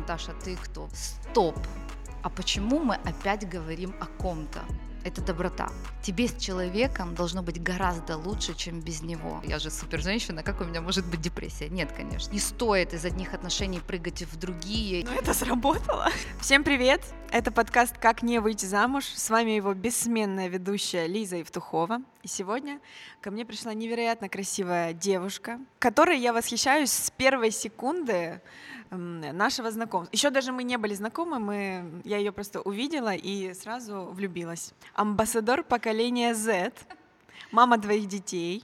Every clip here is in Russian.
Наташа, ты кто? Стоп! А почему мы опять говорим о ком-то? Это доброта. Тебе с человеком должно быть гораздо лучше, чем без него. Я же супер женщина, как у меня может быть депрессия? Нет, конечно. Не стоит из одних отношений прыгать в другие. Но это сработало. Всем привет! Это подкаст «Как не выйти замуж». С вами его бессменная ведущая Лиза Евтухова. И сегодня ко мне пришла невероятно красивая девушка, которой я восхищаюсь с первой секунды нашего знакомства. Еще даже мы не были знакомы, я ее просто увидела и сразу влюбилась. Амбассадор поколения Z, мама двоих детей.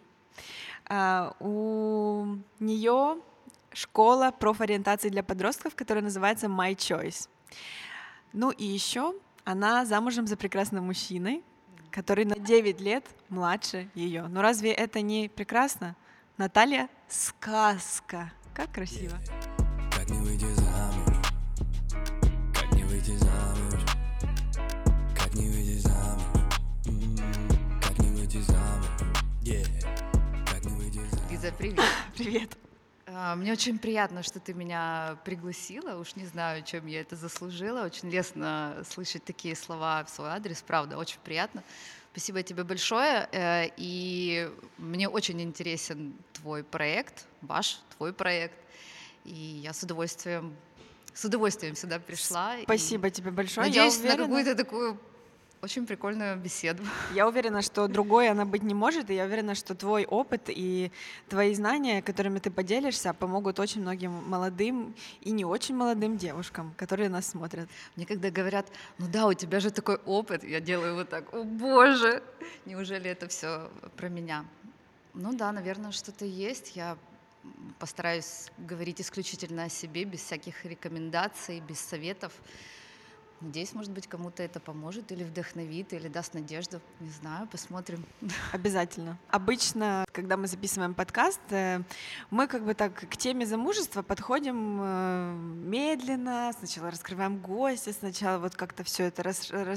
У нее школа профориентации для подростков, которая называется My Choice. Ну и еще она замужем за прекрасным мужчиной, который на 9 лет младше ее. Ну разве это не прекрасно? Наталья — сказка. Как красиво. Как не выйти замуж? Как не выйти замуж? Как не выйти замуж? Как не выйти замуж? Как не выйти замуж? Лиза, привет. Привет. Мне очень приятно, что ты меня пригласила. Уж не знаю, чем я это заслужила. Очень лестно слышать такие слова в свой адрес. Правда, очень приятно. Спасибо тебе большое. И мне очень интересен твой проект, твой проект. И я с удовольствием сюда пришла. Спасибо тебе большое. Надеюсь на какую-то такую очень прикольную беседу. Я уверена, что другой она быть не может, и я уверена, что твой опыт и твои знания, которыми ты поделишься, помогут очень многим молодым и не очень молодым девушкам, которые нас смотрят. Мне когда говорят, ну да, у тебя же такой опыт, я делаю вот так, о боже, неужели это все про меня? Ну да, наверное, что-то есть. Я постараюсь говорить исключительно о себе, без всяких рекомендаций, без советов. Надеюсь, может быть, кому-то это поможет или вдохновит, или даст надежду. Не знаю, посмотрим. Обязательно. Обычно, когда мы записываем подкаст, мы как бы так к теме замужества подходим медленно. Сначала раскрываем гостя, сначала вот как-то все это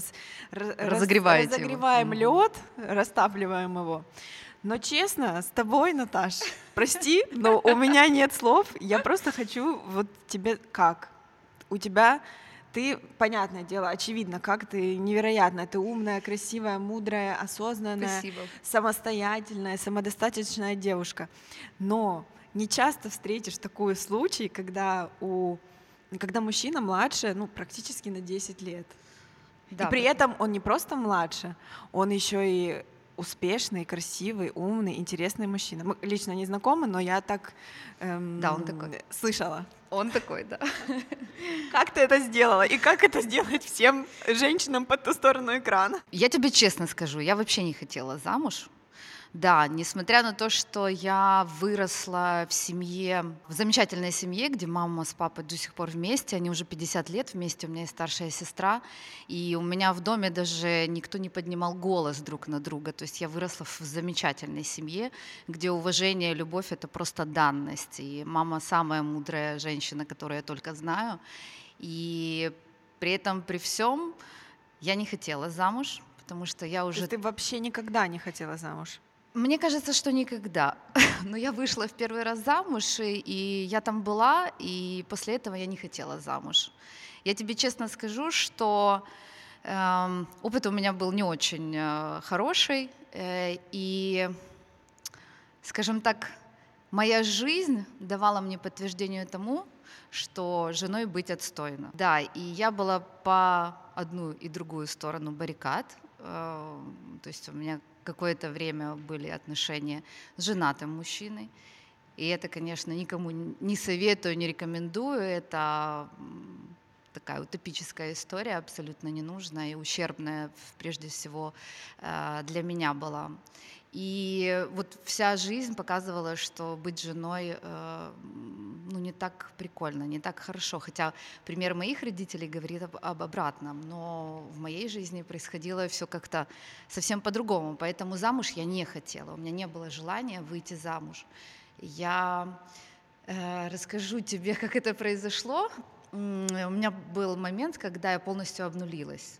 разогреваем лед, растапливаем его. Но честно, с тобой, Наташ, прости, но у меня нет слов. Я просто хочу вот тебе как? У тебя... Ты, понятное дело, очевидно, как ты невероятная, ты умная, красивая, мудрая, осознанная, Спасибо. самостоятельная, самодостаточная девушка. Но не часто встретишь такой случай, когда мужчина младше, практически на 10 лет. Да, и при этом он не просто младше, он еще и успешный, красивый, умный, интересный мужчина. Мы лично не знакомы, но я так да, он такой. Слышала. Он такой, да. Как ты это сделала? И как это сделать всем женщинам по ту сторону экрана? Я тебе честно скажу, я вообще не хотела замуж. Да, несмотря на то, что я выросла в замечательной семье, где мама с папой до сих пор вместе, они уже 50 лет вместе, у меня есть старшая сестра, и у меня в доме даже никто не поднимал голос друг на друга, то есть я выросла в замечательной семье, где уважение и любовь — это просто данность, и мама самая мудрая женщина, которую я только знаю, и при этом, при всем, я не хотела замуж, потому что я уже... То есть ты вообще никогда не хотела замуж? Мне кажется, что никогда. Но я вышла в первый раз замуж, и я там была, и после этого я не хотела замуж. Я тебе честно скажу, что опыт у меня был не очень хороший, и, скажем так, моя жизнь давала мне подтверждение тому, что женой быть отстойно. Да, и я была по одну и другую сторону баррикад, то есть у меня какое-то время были отношения с женатым мужчиной. И это, конечно, никому не советую, не рекомендую. Это такая утопическая история, абсолютно ненужная и ущербная, прежде всего, для меня была. И вот вся жизнь показывала, что быть женой не так прикольно, не так хорошо. Хотя пример моих родителей говорит об обратном, но в моей жизни происходило все как-то совсем по-другому. Поэтому замуж я не хотела, у меня не было желания выйти замуж. Я расскажу тебе, как это произошло. У меня был момент, когда я полностью обнулилась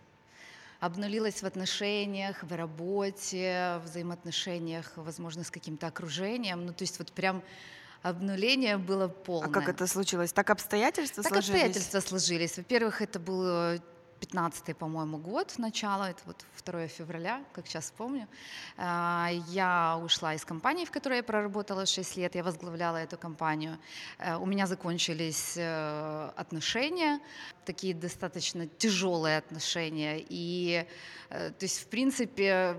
в отношениях, в работе, в взаимоотношениях, возможно, с каким-то окружением. То есть вот прям Обнуление было А полное. как это случилось? Так обстоятельства Так сложились? обстоятельства сложились. Во-первых, это был 15-й, по-моему, год, начало, это вот 2 февраля, как сейчас помню. Я ушла из компании, в которой я проработала 6 лет, я возглавляла эту компанию. У меня закончились отношения, такие достаточно тяжелые отношения, и, то есть, в принципе,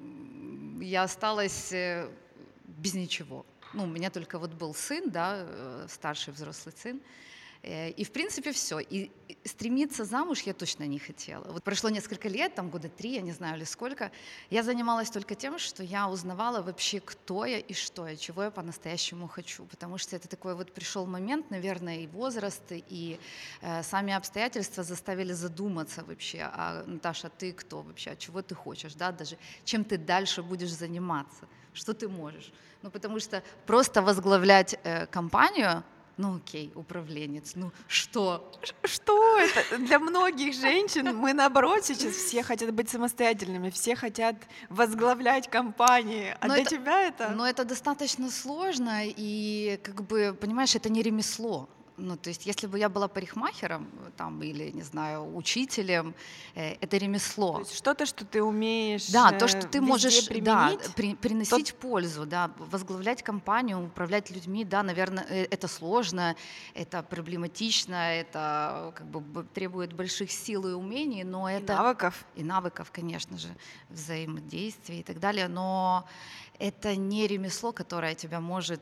я осталась без ничего. Ну, у меня только вот был сын, да, старший взрослый сын. И, в принципе, все. И стремиться замуж я точно не хотела. Вот прошло несколько лет, там года 3, я не знаю, или сколько. Я занималась только тем, что я узнавала вообще, кто я и что я, чего я по-настоящему хочу. Потому что это такой вот пришел момент, наверное, и возраст, и сами обстоятельства заставили задуматься вообще, а, Наташа, ты кто вообще, а чего ты хочешь, да, даже чем ты дальше будешь заниматься, что ты можешь. Ну, потому что просто возглавлять компанию, ну окей, управленец, ну что? Что это? Для многих женщин мы, наоборот, сейчас все хотят быть самостоятельными, все хотят возглавлять компании, а Но для это- тебя это... Но это достаточно сложно, и, как бы, понимаешь, это не ремесло. Ну, то есть, если бы я была парикмахером там, или, не знаю, учителем, это ремесло. То есть что-то, что ты умеешь Да, то, что ты везде можешь, да, применить, приносить пользу, да, возглавлять компанию, управлять людьми, да, наверное, это сложно, это проблематично, это как бы требует больших сил и умений, но и это навыков. и навыков, конечно же, взаимодействия и так далее, но это не ремесло, которое тебя может,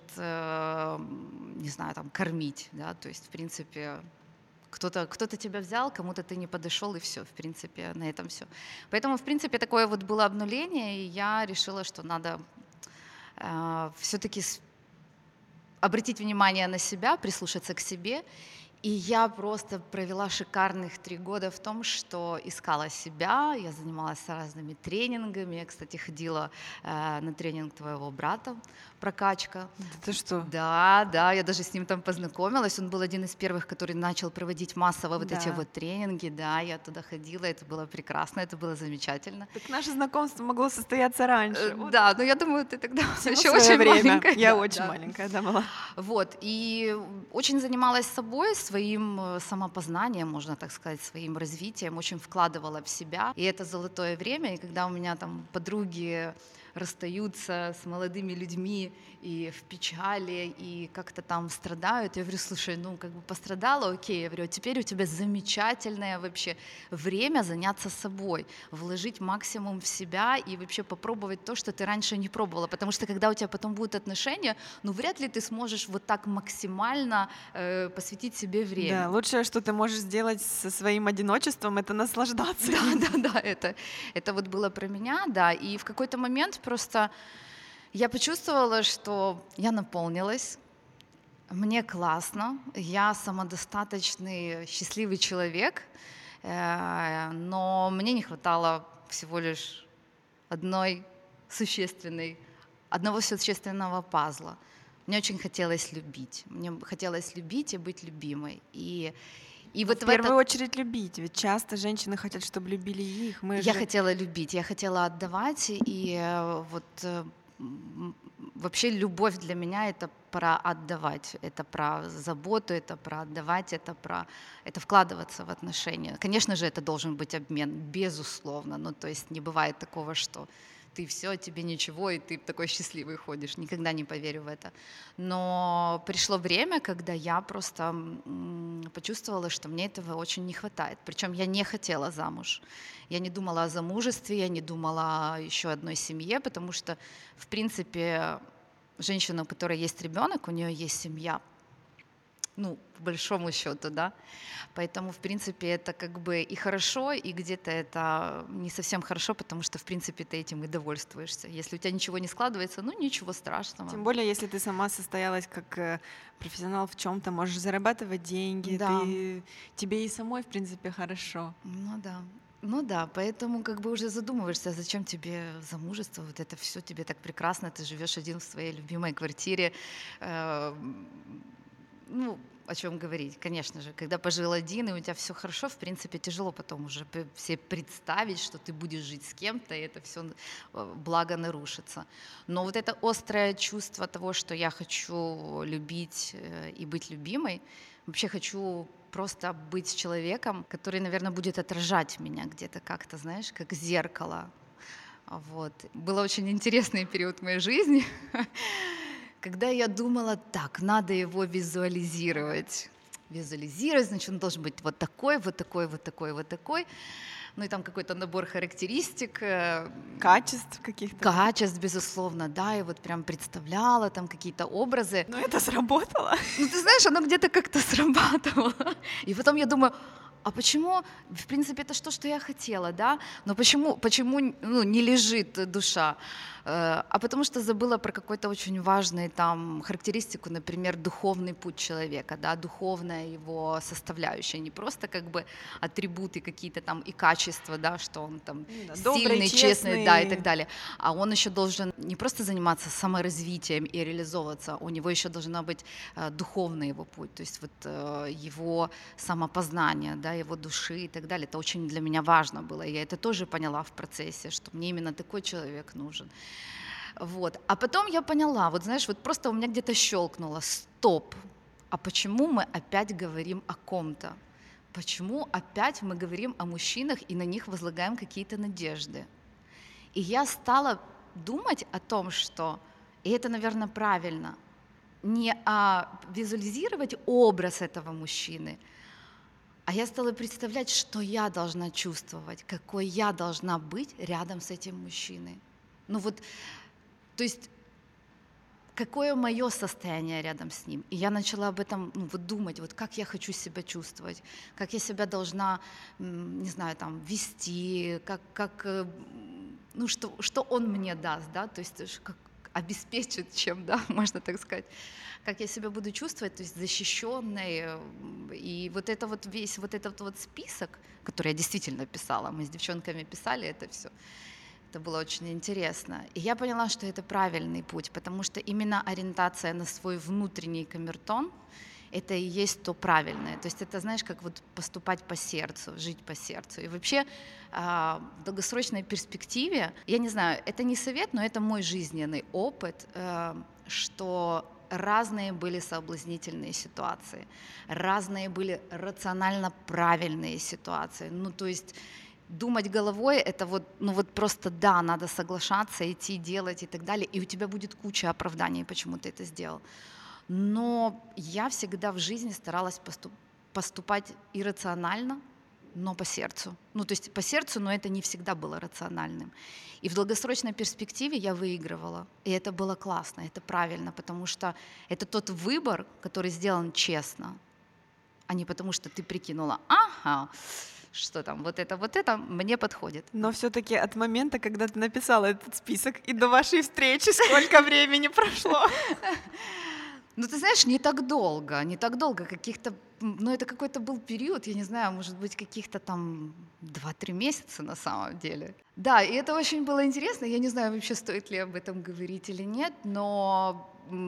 не знаю, там, кормить, да, то есть, в принципе, кто-то тебя взял, кому-то ты не подошел, и все, в принципе, на этом все. Поэтому, в принципе, такое вот было обнуление, и я решила, что надо все-таки обратить внимание на себя, прислушаться к себе. И я просто провела шикарных 3 года в том, что искала себя, я занималась разными тренингами, я, кстати, ходила на тренинг твоего брата, прокачка. Ты что? Да, я даже с ним там познакомилась. Он был один из первых, который начал проводить массово вот эти Да. вот тренинги. Да, я туда ходила, это было прекрасно, это было замечательно. Так наше знакомство могло состояться раньше. Вот Да, но я думаю, ты тогда всему еще свое очень время. маленькая. Я Да, очень да. маленькая, да, была. Вот, и очень занималась собой, своим самопознанием, можно так сказать, своим развитием, очень вкладывала в себя. И это золотое время, и когда у меня там подруги расстаются с молодыми людьми и в печали, и как-то там страдают, я говорю, слушай, ну как бы пострадала, окей, я говорю, а теперь у тебя замечательное вообще время заняться собой, вложить максимум в себя и вообще попробовать то, что ты раньше не пробовала, потому что когда у тебя потом будут отношения, ну вряд ли ты сможешь вот так максимально посвятить себе время. Да, лучшее, что ты можешь сделать со своим одиночеством, это наслаждаться. Да, это вот было про меня, да, и в какой-то момент просто я почувствовала, что я наполнилась, мне классно, я самодостаточный, счастливый человек, но мне не хватало всего лишь одного существенного пазла. Мне очень хотелось любить. Мне хотелось любить и быть любимой. И вот В первую очередь любить, ведь часто женщины хотят, чтобы любили их. Я хотела любить, я хотела отдавать, и вообще любовь для меня — это про отдавать, это про заботу, это про отдавать, это вкладываться в отношения. Конечно же, это должен быть обмен, безусловно, ну то есть не бывает такого, что ты все, тебе ничего, и ты такой счастливый ходишь. Никогда не поверю в это. Но пришло время, когда я просто почувствовала, что мне этого очень не хватает. Причем я не хотела замуж. Я не думала о замужестве, я не думала о еще одной семье, потому что, в принципе, женщина, у которой есть ребенок, у нее есть семья. Ну, по большому счету, да. Поэтому, в принципе, это как бы и хорошо, и где-то это не совсем хорошо, потому что, в принципе, ты этим и довольствуешься. Если у тебя ничего не складывается, ну, ничего страшного. Тем более, если ты сама состоялась как профессионал в чем-то, можешь зарабатывать деньги, Да. тебе и самой, в принципе, хорошо. Ну да, поэтому как бы уже задумываешься, зачем тебе замужество, вот это все тебе так прекрасно, ты живешь один в своей любимой квартире, ну, о чем говорить. Конечно же, когда пожил один, и у тебя все хорошо, в принципе, тяжело потом уже себе представить, что ты будешь жить с кем-то, и это все благо нарушится. Но вот это острое чувство того, что я хочу любить и быть любимой, вообще хочу просто быть с человеком, который, наверное, будет отражать меня где-то как-то, знаешь, как зеркало. Вот. Был очень интересный период моей жизни, когда я думала, так, надо его визуализировать. Визуализировать, значит, он должен быть вот такой, вот такой, вот такой, вот такой. Ну и там какой-то набор характеристик. Качеств каких-то. Качеств, безусловно, да, и вот прям представляла там какие-то образы. Но это сработало. Ну ты знаешь, оно где-то как-то срабатывало. И потом я думаю, а почему, в принципе, это что я хотела, да, но почему не лежит душа? А потому что забыла про какой-то очень важный там характеристику, например, духовный путь человека, да, духовная его составляющая, не просто как бы атрибуты какие-то там и качества, да, что он там добрый, сильный, честный, да, и так далее, а он еще должен не просто заниматься саморазвитием и реализовываться, у него еще должна быть духовный его путь, то есть вот его самопознание, да, его души и так далее. Это очень для меня важно было. Я это тоже поняла в процессе, что мне именно такой человек нужен. Вот. А потом я поняла, вот знаешь, вот просто у меня где-то щелкнуло, стоп, а почему мы опять говорим о ком-то? Почему опять мы говорим о мужчинах и на них возлагаем какие-то надежды? И я стала думать о том, что, и это, наверное, правильно, не визуализировать образ этого мужчины, а я стала представлять, что я должна чувствовать, какой я должна быть рядом с этим мужчиной. Ну вот, то есть, какое мое состояние рядом с ним. И я начала об этом думать, вот как я хочу себя чувствовать, как я себя должна, не знаю, там, вести, что он мне даст, да, то есть как обеспечит чем, да, можно так сказать, как я себя буду чувствовать, то есть защищенной. И вот это вот весь вот этот вот список, который я действительно писала, мы с девчонками писали это все. Это было очень интересно. И я поняла, что это правильный путь, потому что именно ориентация на свой внутренний камертон — это и есть то правильное. То есть это, знаешь, как вот поступать по сердцу, жить по сердцу. И вообще в долгосрочной перспективе, я не знаю, это не совет, но это мой жизненный опыт, что разные были соблазнительные ситуации, разные были рационально правильные ситуации. Ну, то есть думать головой — это вот просто да, надо соглашаться, идти, делать и так далее, и у тебя будет куча оправданий, почему ты это сделал. Но я всегда в жизни старалась поступать иррационально, но по сердцу. Ну, то есть по сердцу, но это не всегда было рациональным. И в долгосрочной перспективе я выигрывала. И это было классно, это правильно, потому что это тот выбор, который сделан честно, а не потому что ты прикинула, ага, что там, вот это мне подходит. Но все-таки от момента, когда ты написала этот список, и до вашей встречи сколько времени прошло? Ну, ты знаешь, не так долго, каких-то, ну, это какой-то был период, я не знаю, может быть, каких-то там 2-3 месяца на самом деле. Да, и это очень было интересно, я не знаю вообще, стоит ли об этом говорить или нет, но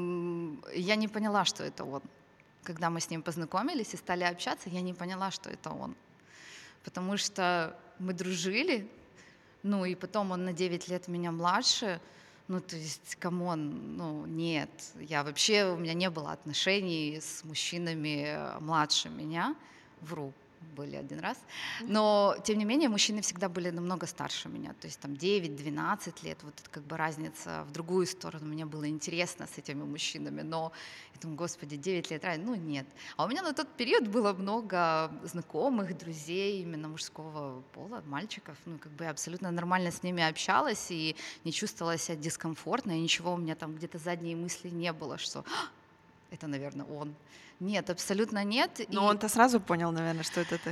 я не поняла, что это он. Когда мы с ним познакомились и стали общаться, я не поняла, что это он. Потому что мы дружили, ну, и потом он на 9 лет меня младше. Ну, то есть, камон, ну, нет. У меня не было отношений с мужчинами младше меня. Вру, были один раз. Но, тем не менее, мужчины всегда были намного старше меня. То есть, там, 9-12 лет. Вот это как бы разница в другую сторону. Мне было интересно с этими мужчинами. Но я думаю, господи, 9 лет разницы. Ну, нет. А у меня на тот период было много знакомых, друзей именно мужского пола, мальчиков. Ну, как бы я абсолютно нормально с ними общалась и не чувствовала себя дискомфортно. И ничего у меня там где-то задние мысли не было, что это, наверное, он. Нет, абсолютно нет. Но он-то сразу понял, наверное, что это ты.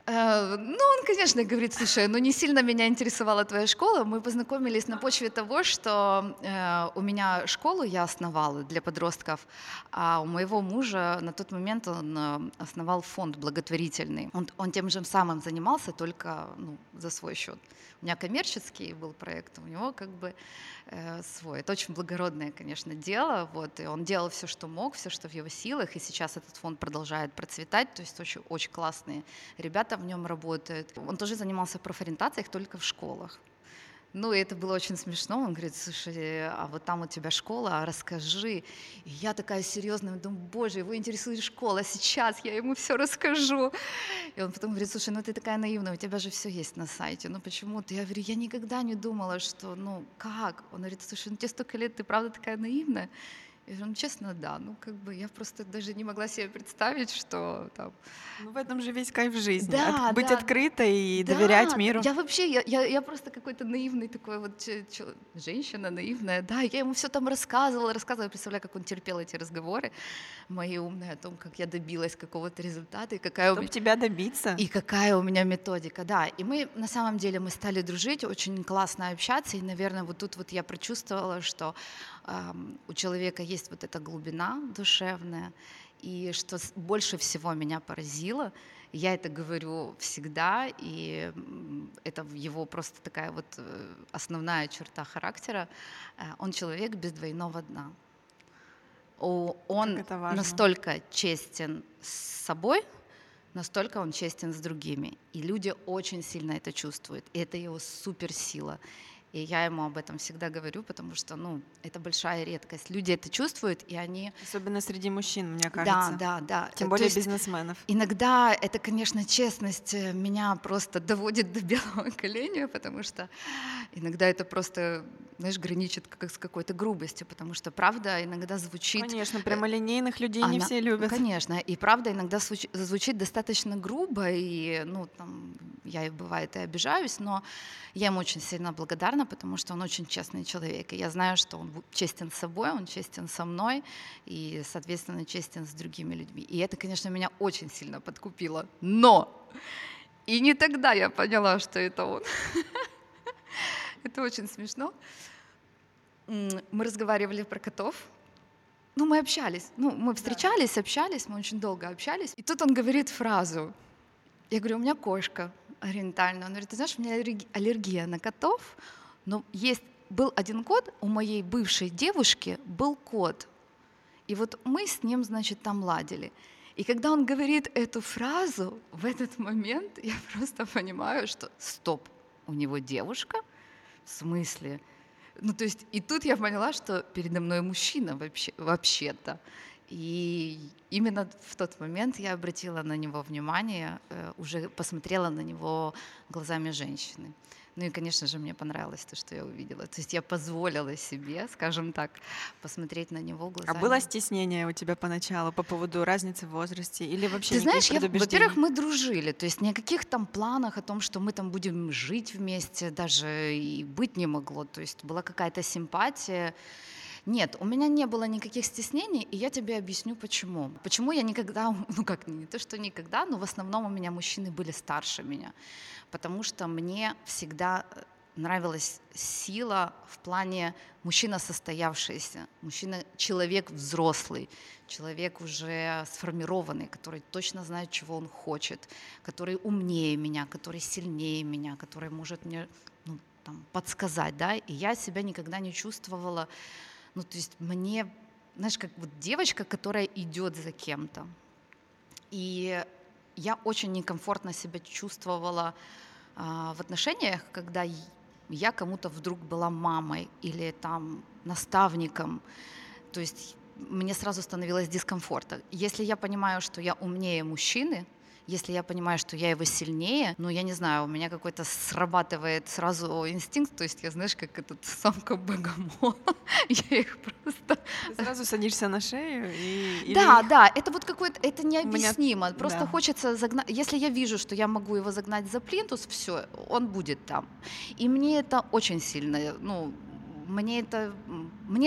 Ну, он, конечно, говорит: слушай, ну не сильно меня интересовала твоя школа. Мы познакомились на почве того, что у меня школу я основала для подростков, а у моего мужа на тот момент он основал фонд благотворительный. Он тем же самым занимался, только за свой счет. У меня коммерческий был проект, у него как бы свой. Это очень благородное, конечно, дело. Вот, и он делал все, что мог, все, что в его силах, и сейчас этот фонд продолжает процветать. То есть очень, очень классные ребята в нем работают. Он тоже занимался профориентацией только в школах. Ну, и это было очень смешно. Он говорит: слушай, а вот там у тебя школа, расскажи. И я такая серьезная, думаю: боже, его интересует школа, сейчас я ему все расскажу. И он потом говорит: слушай, ну ты такая наивная, у тебя же все есть на сайте, ну почему ты? Я говорю: я никогда не думала, что, как? Он говорит: слушай, ну тебе столько лет, ты правда такая наивная? Я говорю: ну честно, да, как бы я просто даже не могла себе представить, что там... Ну, в этом же весь кайф жизни. Да, Быть да. открытой и Да, доверять миру. я вообще, я просто какой-то наивный такой вот женщина наивная, да, я ему все там рассказывала, представляю, как он терпел эти разговоры мои умные о том, как я добилась какого-то результата, и какая Чтобы тебя добиться. и какая у меня методика, да. И мы, на самом деле, мы стали дружить, очень классно общаться, и, наверное, вот тут вот я прочувствовала, что у человека есть вот эта глубина душевная, и что больше всего меня поразило, я это говорю всегда, и это его просто такая вот основная черта характера, он человек без двойного дна. Он настолько честен с собой, настолько он честен с другими. И люди очень сильно это чувствуют. И это его суперсила. И я ему об этом всегда говорю, потому что, это большая редкость. Люди это чувствуют, и они... Особенно среди мужчин, мне кажется. Да. Тем более бизнесменов. Иногда это, конечно, честность меня просто доводит до белого коленя, потому что иногда это просто, знаешь, граничит с какой-то грубостью, потому что правда иногда звучит... Конечно, прямолинейных людей не все любят. Конечно, и правда иногда звучит достаточно грубо, и, я, бывает, и обижаюсь, но я ему очень сильно благодарна, потому что он очень честный человек, и я знаю, что он честен с собой, он честен со мной, и, соответственно, честен с другими людьми. И это, конечно, меня очень сильно подкупило. Но! И не тогда я поняла, что это он. Это очень смешно. Мы разговаривали про котов. Мы общались. Мы встречались, общались, мы очень долго общались. И тут он говорит фразу. Я говорю: у меня кошка ориентальная. Он говорит: ты знаешь, у меня аллергия на котов, но был один кот, у моей бывшей девушки был кот. И вот мы с ним, значит, там ладили. И когда он говорит эту фразу, в этот момент я просто понимаю, что стоп, у него девушка? В смысле? То есть и тут я поняла, что передо мной мужчина вообще-то. И именно в тот момент я обратила на него внимание, уже посмотрела на него глазами женщины. И, конечно же, мне понравилось то, что я увидела. То есть я позволила себе, скажем так, посмотреть на него глазами. А было стеснение у тебя поначалу по поводу разницы в возрасте или вообще никаких предубеждений? Ты знаешь, во-первых, мы дружили, то есть ни о каких там планах о том, что мы там будем жить вместе, даже и быть не могло. То есть была какая-то симпатия. Нет, у меня не было никаких стеснений, и я тебе объясню, почему. Почему я никогда, не то, что никогда, но в основном у меня мужчины были старше меня, потому что мне всегда нравилась сила в плане мужчина состоявшийся, мужчина, человек взрослый, человек уже сформированный, который точно знает, чего он хочет, который умнее меня, который сильнее меня, который может мне подсказать, да, и я себя никогда не чувствовала. То есть мне, знаешь, как вот девочка, которая идет за кем-то. И я очень некомфортно себя чувствовала в отношениях, когда я кому-то вдруг была мамой или там наставником. То есть мне сразу становилось дискомфортно. Если я понимаю, что я умнее мужчины, если я понимаю, что я его сильнее, я не знаю, у меня какой-то срабатывает сразу инстинкт, то есть я, знаешь, как этот самка богомола, я их просто... Ты сразу садишься на шею и... Да, это вот какое-то, это необъяснимо, меня... просто хочется загнать, если я вижу, что я могу его загнать за плинтус, все, он будет там. И мне это очень сильно,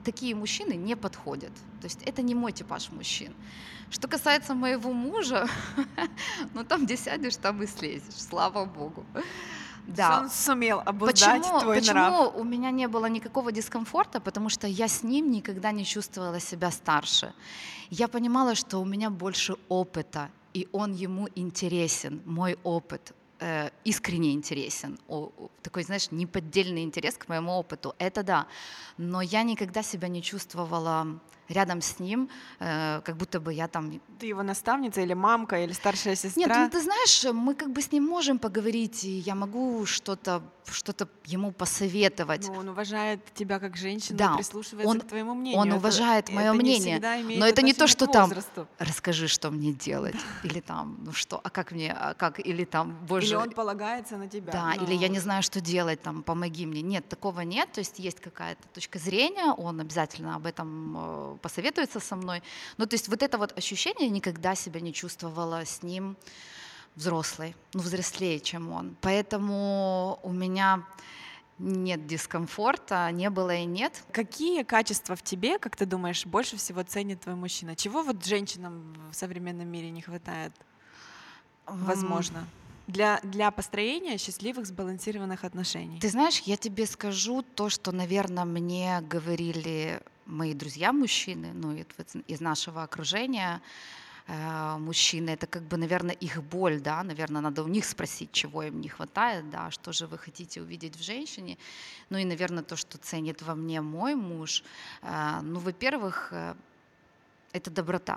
такие мужчины не подходят. То есть это не мой типаж мужчин. Что касается моего мужа, ну там где сядешь, там и слезешь, слава богу. Да. Он сумел обуздать твой нрав. Почему у меня не было никакого дискомфорта? Потому что я с ним никогда не чувствовала себя старше. Я понимала, что у меня больше опыта, и он ему интересен, мой опыт. Искренне интересен, такой, знаешь, неподдельный интерес к моему опыту, это да, но я никогда себя не чувствовала рядом с ним, как будто бы я там... Ты его наставница или мамка, или старшая сестра? Нет, ну ты знаешь, мы как бы с ним можем поговорить, и я могу что-то ему посоветовать. Ну, он уважает тебя как женщину, да, прислушивается к твоему мнению. Он уважает мое мнение, но это не то, что там расскажи, что мне делать, или там, ну что, или там, боже... Или он полагается на тебя. Да, или я не знаю, что делать, там, помоги мне. Нет, такого нет, то есть есть какая-то точка зрения, он обязательно об этом посоветуется со мной. Ну, то есть вот это вот ощущение, никогда себя не чувствовала с ним взрослой, взрослее, чем он. Поэтому у меня нет дискомфорта, не было и нет. Какие качества в тебе, как ты думаешь, больше всего ценит твой мужчина? Чего вот женщинам в современном мире не хватает? Возможно. Для построения счастливых, сбалансированных отношений. Ты знаешь, я тебе скажу то, что, наверное, мне говорили мои друзья-мужчины, из нашего окружения, мужчины, это как бы, наверное, их боль, да, наверное, надо у них спросить, чего им не хватает, да, что же вы хотите увидеть в женщине, ну и, наверное, то, что ценит во мне мой муж, во-первых, это доброта.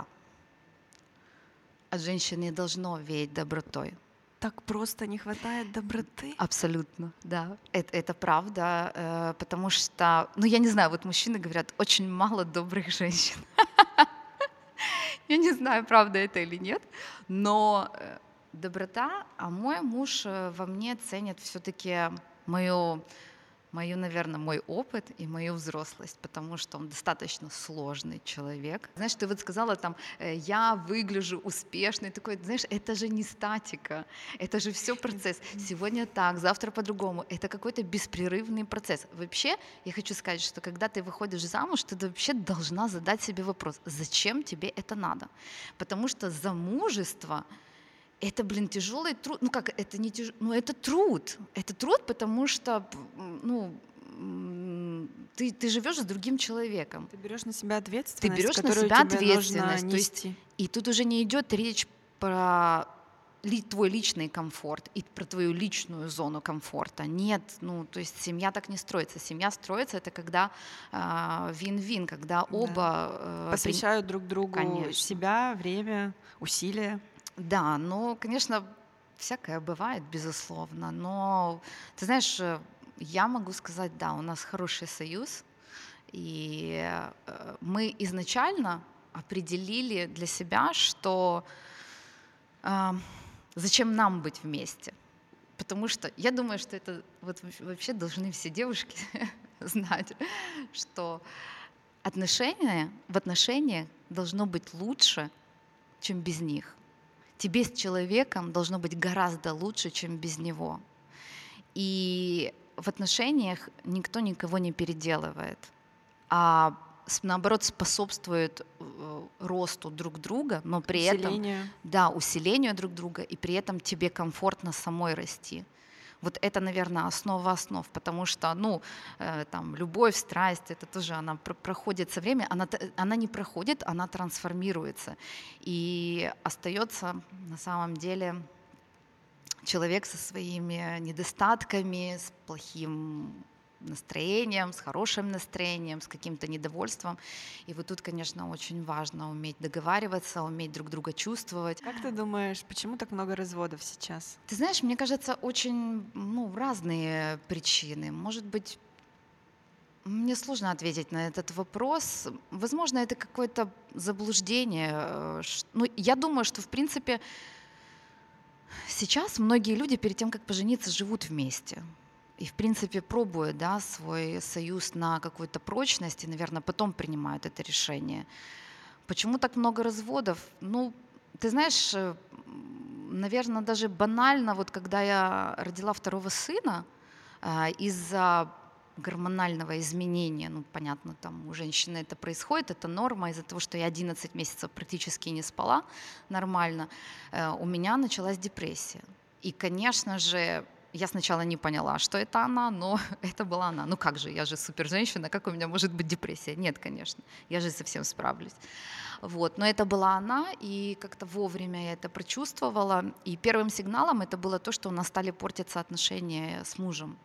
От женщины не должно веять добротой. Так просто не хватает доброты? Абсолютно, да, это правда, потому что, я не знаю, вот мужчины говорят, очень мало добрых женщин. Я не знаю, правда это или нет, но доброта, а мой муж во мне ценит все-таки наверное, мой опыт и мою взрослость, потому что он достаточно сложный человек. Знаешь, ты вот сказала там, я выгляжу успешной, такой, знаешь, это же не статика, это же все процесс. Сегодня так, завтра по-другому. Это какой-то беспрерывный процесс. Вообще, я хочу сказать, что когда ты выходишь замуж, ты вообще должна задать себе вопрос, зачем тебе это надо? Потому что замужество это, тяжелый труд. Это не тяжелый, это труд. Это труд, потому что, ты живешь с другим человеком. Ты берешь на себя ответственность. Ты берешь на себя ответственность. То есть, и тут уже не идет речь про твой личный комфорт и про твою личную зону комфорта. Нет, то есть семья так не строится. Семья строится это когда вин-вин, когда оба посвящают друг другу Конечно. Себя, время, усилия. Да, конечно, всякое бывает, безусловно, но, ты знаешь, я могу сказать, да, у нас хороший союз, и мы изначально определили для себя, что зачем нам быть вместе, потому что я думаю, что это вот вообще должны все девушки знать, что в отношениях должно быть лучше, чем без них. Тебе с человеком должно быть гораздо лучше, чем без него. И в отношениях никто никого не переделывает, а наоборот способствует росту друг друга, но при этом усилению друг друга, и при этом тебе комфортно самой расти. Вот это, наверное, основа основ, потому что, любовь, страсть, это тоже она проходит со временем, она не проходит, она трансформируется. И остается на самом деле человек со своими недостатками, с плохим настроением, с хорошим настроением, с каким-то недовольством. И вот тут, конечно, очень важно уметь договариваться, уметь друг друга чувствовать. Как ты думаешь, почему так много разводов сейчас? Ты знаешь, мне кажется, очень разные причины. Может быть, мне сложно ответить на этот вопрос. Возможно, это какое-то заблуждение. Я думаю, что, в принципе, сейчас многие люди перед тем, как пожениться, живут вместе. И, в принципе, пробуют, свой союз на какую-то прочность и, наверное, потом принимают это решение. Почему так много разводов? Ты знаешь, наверное, даже банально, вот когда я родила второго сына, из-за гормонального изменения. Ну, понятно, там у женщины это происходит, это норма. Из-за того, что я 11 месяцев практически не спала нормально, у меня началась депрессия. И, конечно же, я сначала не поняла, что это она, но это была она. Ну как же, я же супер женщина, как у меня может быть депрессия? Нет, конечно, я же совсем справлюсь. Вот. Но это была она, и как-то вовремя я это прочувствовала. И первым сигналом это было то, что у нас стали портиться отношения с мужем.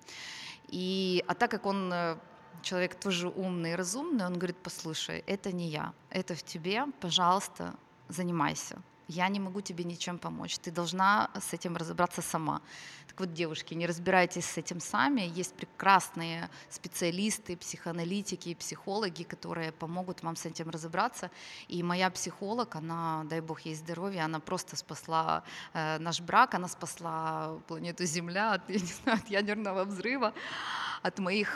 А так как он человек тоже умный и разумный, он говорит: послушай, это не я, это в тебе, пожалуйста, занимайся. Я не могу тебе ничем помочь, ты должна с этим разобраться сама. Так вот, девушки, не разбирайтесь с этим сами. Есть прекрасные специалисты, психоаналитики, психологи, которые помогут вам с этим разобраться. И моя психолог, она, дай бог ей здоровья, она просто спасла наш брак, она спасла планету Земля от, я не знаю, от ядерного взрыва, от моих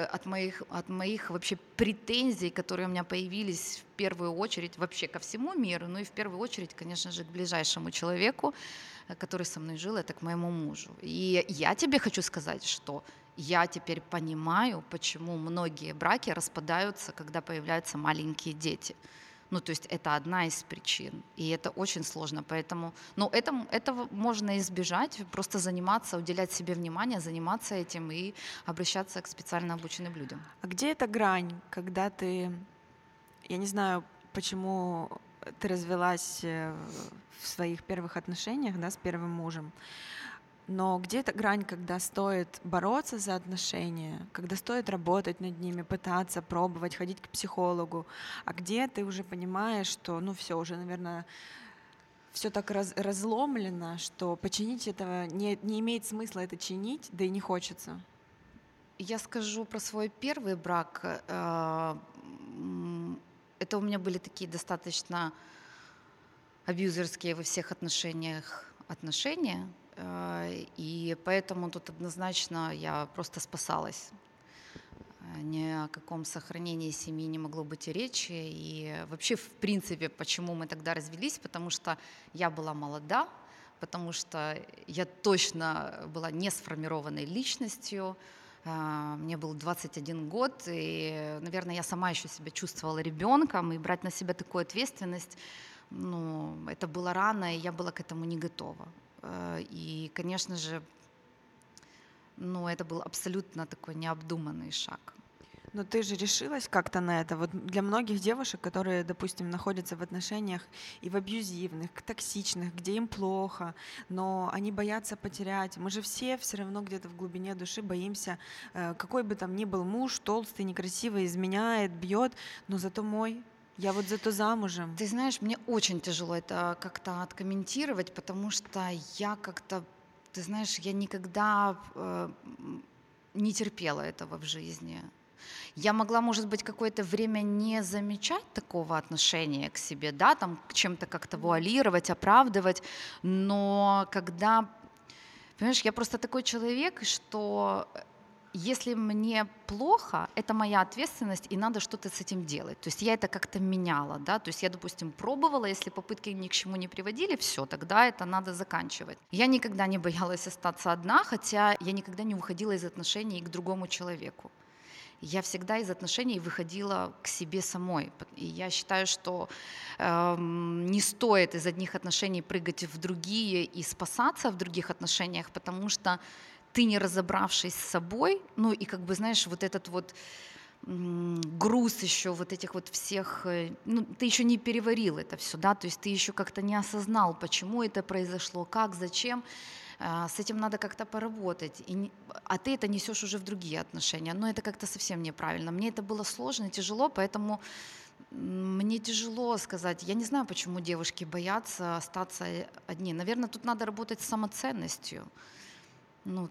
вообще претензий, которые у меня появились в первую очередь вообще ко всему миру, ну и в первую очередь, конечно же, к ближайшему человеку, который со мной жил, это к моему мужу. И я тебе хочу сказать, что я теперь понимаю, почему многие браки распадаются, когда появляются маленькие дети. Ну, то есть это одна из причин, и это очень сложно, поэтому, ну, этого можно избежать, просто заниматься, уделять себе внимание, заниматься этим и обращаться к специально обученным людям. А где эта грань, когда ты, я не знаю, почему ты развелась в своих первых отношениях, да, с первым мужем, но где эта грань, когда стоит бороться за отношения, когда стоит работать над ними, пытаться, пробовать, ходить к психологу, а где ты уже понимаешь, что, ну, все уже, наверное, все так разломлено, что починить этого не имеет смысла это чинить, да и не хочется. Я скажу про свой первый брак. Это у меня были такие достаточно абьюзерские во всех отношениях отношения, и поэтому тут однозначно я просто спасалась. Ни о каком сохранении семьи не могло быть и речи. И вообще, в принципе, почему мы тогда развелись? Потому что я была молода, потому что я точно была не сформированной личностью. Мне был 21 год, и, наверное, я сама еще себя чувствовала ребенком, и брать на себя такую ответственность, ну, это было рано, и я была к этому не готова. И, конечно же, ну, это был абсолютно такой необдуманный шаг. Но ты же решилась как-то на это. Вот для многих девушек, которые, допустим, находятся в отношениях и в абьюзивных, токсичных, где им плохо, но они боятся потерять. Мы же все равно где-то в глубине души боимся, какой бы там ни был муж, толстый, некрасивый, изменяет, бьет, но зато мой. Я вот зато замужем. Ты знаешь, мне очень тяжело это как-то откомментировать, потому что я как-то, ты знаешь, я никогда не терпела этого в жизни. Я могла, может быть, какое-то время не замечать такого отношения к себе, да, там чем-то как-то вуалировать, оправдывать, но когда, понимаешь, я просто такой человек, что если мне плохо, это моя ответственность, и надо что-то с этим делать. То есть я это как-то меняла, да, то есть я, допустим, пробовала, если попытки ни к чему не приводили, все, тогда это надо заканчивать. Я никогда не боялась остаться одна, хотя я никогда не уходила из отношений к другому человеку. Я всегда из отношений выходила к себе самой. И я считаю, что не стоит из одних отношений прыгать в другие и спасаться в других отношениях, потому что ты, не разобравшись с собой, ну и как бы, знаешь, вот этот вот груз еще вот этих вот всех, ну, ты еще не переварил это все, да, то есть ты еще как-то не осознал, почему это произошло, как, зачем. С этим надо как-то поработать, а ты это несешь уже в другие отношения, но это как-то совсем неправильно. Мне это было сложно, тяжело, поэтому мне тяжело сказать. Я не знаю, почему девушки боятся остаться одни. Наверное, тут надо работать с самоценностью. Ну,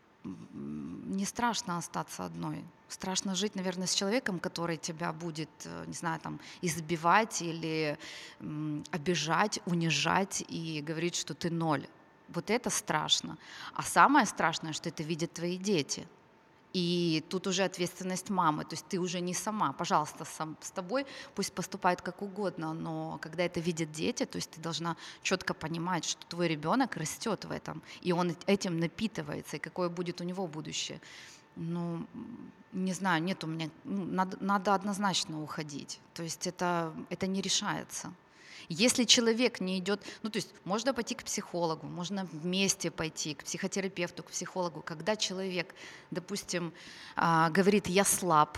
не страшно остаться одной. Страшно жить, наверное, с человеком, который тебя будет, не знаю, там, избивать или обижать, унижать и говорить, что ты ноль. Вот это страшно. А самое страшное, что это видят твои дети. И тут уже ответственность мамы. То есть ты уже не сама. Пожалуйста, с тобой пусть поступает как угодно, но когда это видят дети, то есть ты должна четко понимать, что твой ребенок растет в этом, и он этим напитывается, и какое будет у него будущее. ну, не знаю, нет у меня, надо однозначно уходить. То есть это не решается. Если человек не идет, ну то есть можно пойти к психологу, можно вместе пойти к психотерапевту, к психологу, когда человек, допустим, говорит, я слаб,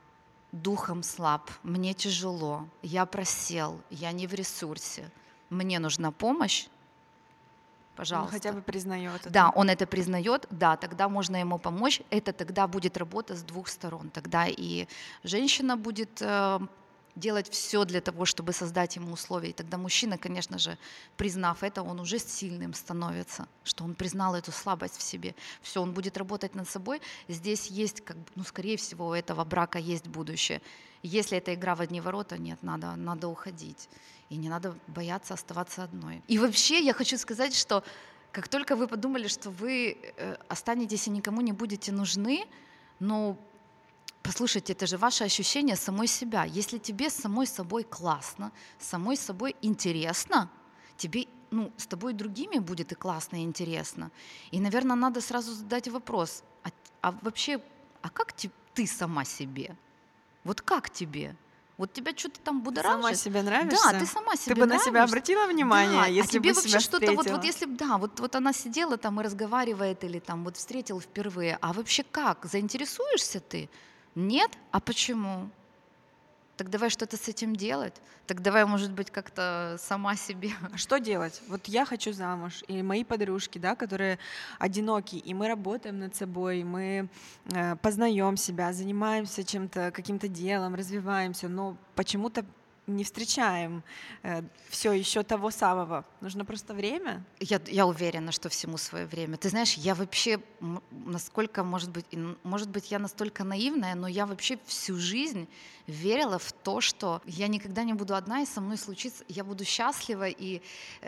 духом слаб, мне тяжело, я просел, я не в ресурсе, мне нужна помощь, пожалуйста. Он хотя бы признает это. Да, он это признает, да, тогда можно ему помочь. Это тогда будет работа с двух сторон. Тогда и женщина будет делать все для того, чтобы создать ему условия. И тогда мужчина, конечно же, признав это, он уже сильным становится, что он признал эту слабость в себе. Все, он будет работать над собой. Здесь есть, скорее всего, у этого брака есть будущее. Если это игра в одни ворота, нет, надо уходить. И не надо бояться оставаться одной. И вообще я хочу сказать, что как только вы подумали, что вы останетесь и никому не будете нужны, ну, послушайте, это же ваше ощущение самой себя. Если тебе с самой собой классно, с самой собой интересно, тебе, с тобой и другими будет и классно, и интересно. И, наверное, надо сразу задать вопрос, вообще, как ты сама себе? Вот как тебе? Вот тебя что-то там будоражит. Сама себе нравишься? Да, ты сама себе Ты бы нравишься. на себя обратила внимание, да, если тебе бы вообще себя что-то, встретила? вот если бы, да, вот она сидела там и разговаривает, или там вот встретил впервые, а вообще как? Заинтересуешься ты? Нет? А почему? Так давай что-то с этим делать. Так давай, может быть, как-то сама себе. А что делать? Вот я хочу замуж, и мои подружки, да, которые одиноки, и мы работаем над собой, мы познаем себя, занимаемся чем-то, каким-то делом, развиваемся, но почему-то не встречаем все еще того самого. Нужно просто время. Я уверена, что всему свое время. Ты знаешь, я вообще, насколько, может быть, я настолько наивная, но я вообще всю жизнь верила в то, что я никогда не буду одна, и со мной случится, я буду счастлива, и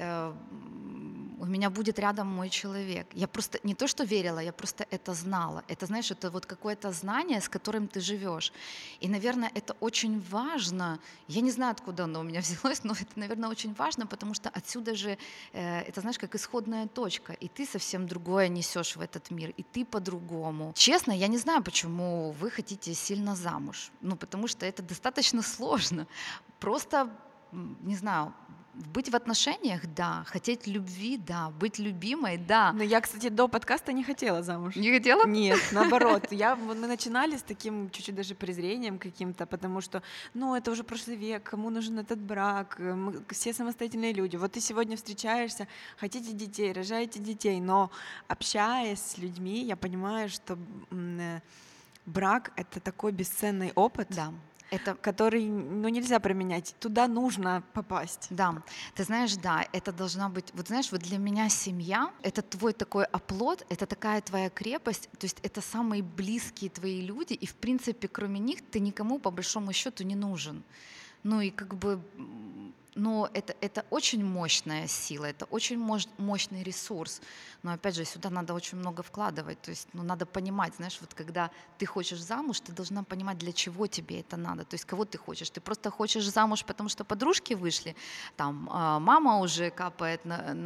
у меня будет рядом мой человек. Я просто не то, что верила, я просто это знала. Это, знаешь, это вот какое-то знание, с которым ты живешь. И, наверное, это очень важно. Я не знаю, откуда оно у меня взялось, но это, наверное, очень важно, потому что отсюда же, это, знаешь, как исходная точка, и ты совсем другое несешь в этот мир, и ты по-другому. Честно, я не знаю, почему вы хотите сильно замуж. Потому что это достаточно сложно. Просто, не знаю, быть в отношениях, да, хотеть любви, да, быть любимой, да. Но я, кстати, до подкаста не хотела замуж. Не хотела? Нет, наоборот. Мы начинали с таким чуть-чуть даже презрением каким-то, потому что, это уже прошлый век, кому нужен этот брак, мы все самостоятельные люди. Вот ты сегодня встречаешься, хотите детей, рожаете детей, но общаясь с людьми, я понимаю, что брак — это такой бесценный опыт. Да. Который нельзя променять, туда нужно попасть. Да, ты знаешь, да, это должна быть, вот знаешь, вот для меня семья — это твой такой оплот, это такая твоя крепость, то есть это самые близкие твои люди, и в принципе кроме них ты никому по большому счету не нужен. Это очень мощная сила, это очень мощный ресурс. Но опять же, сюда надо очень много вкладывать. То есть надо понимать, знаешь, вот когда ты хочешь замуж, ты должна понимать, для чего тебе это надо. То есть кого ты хочешь. Ты просто хочешь замуж, потому что подружки вышли, там мама уже капает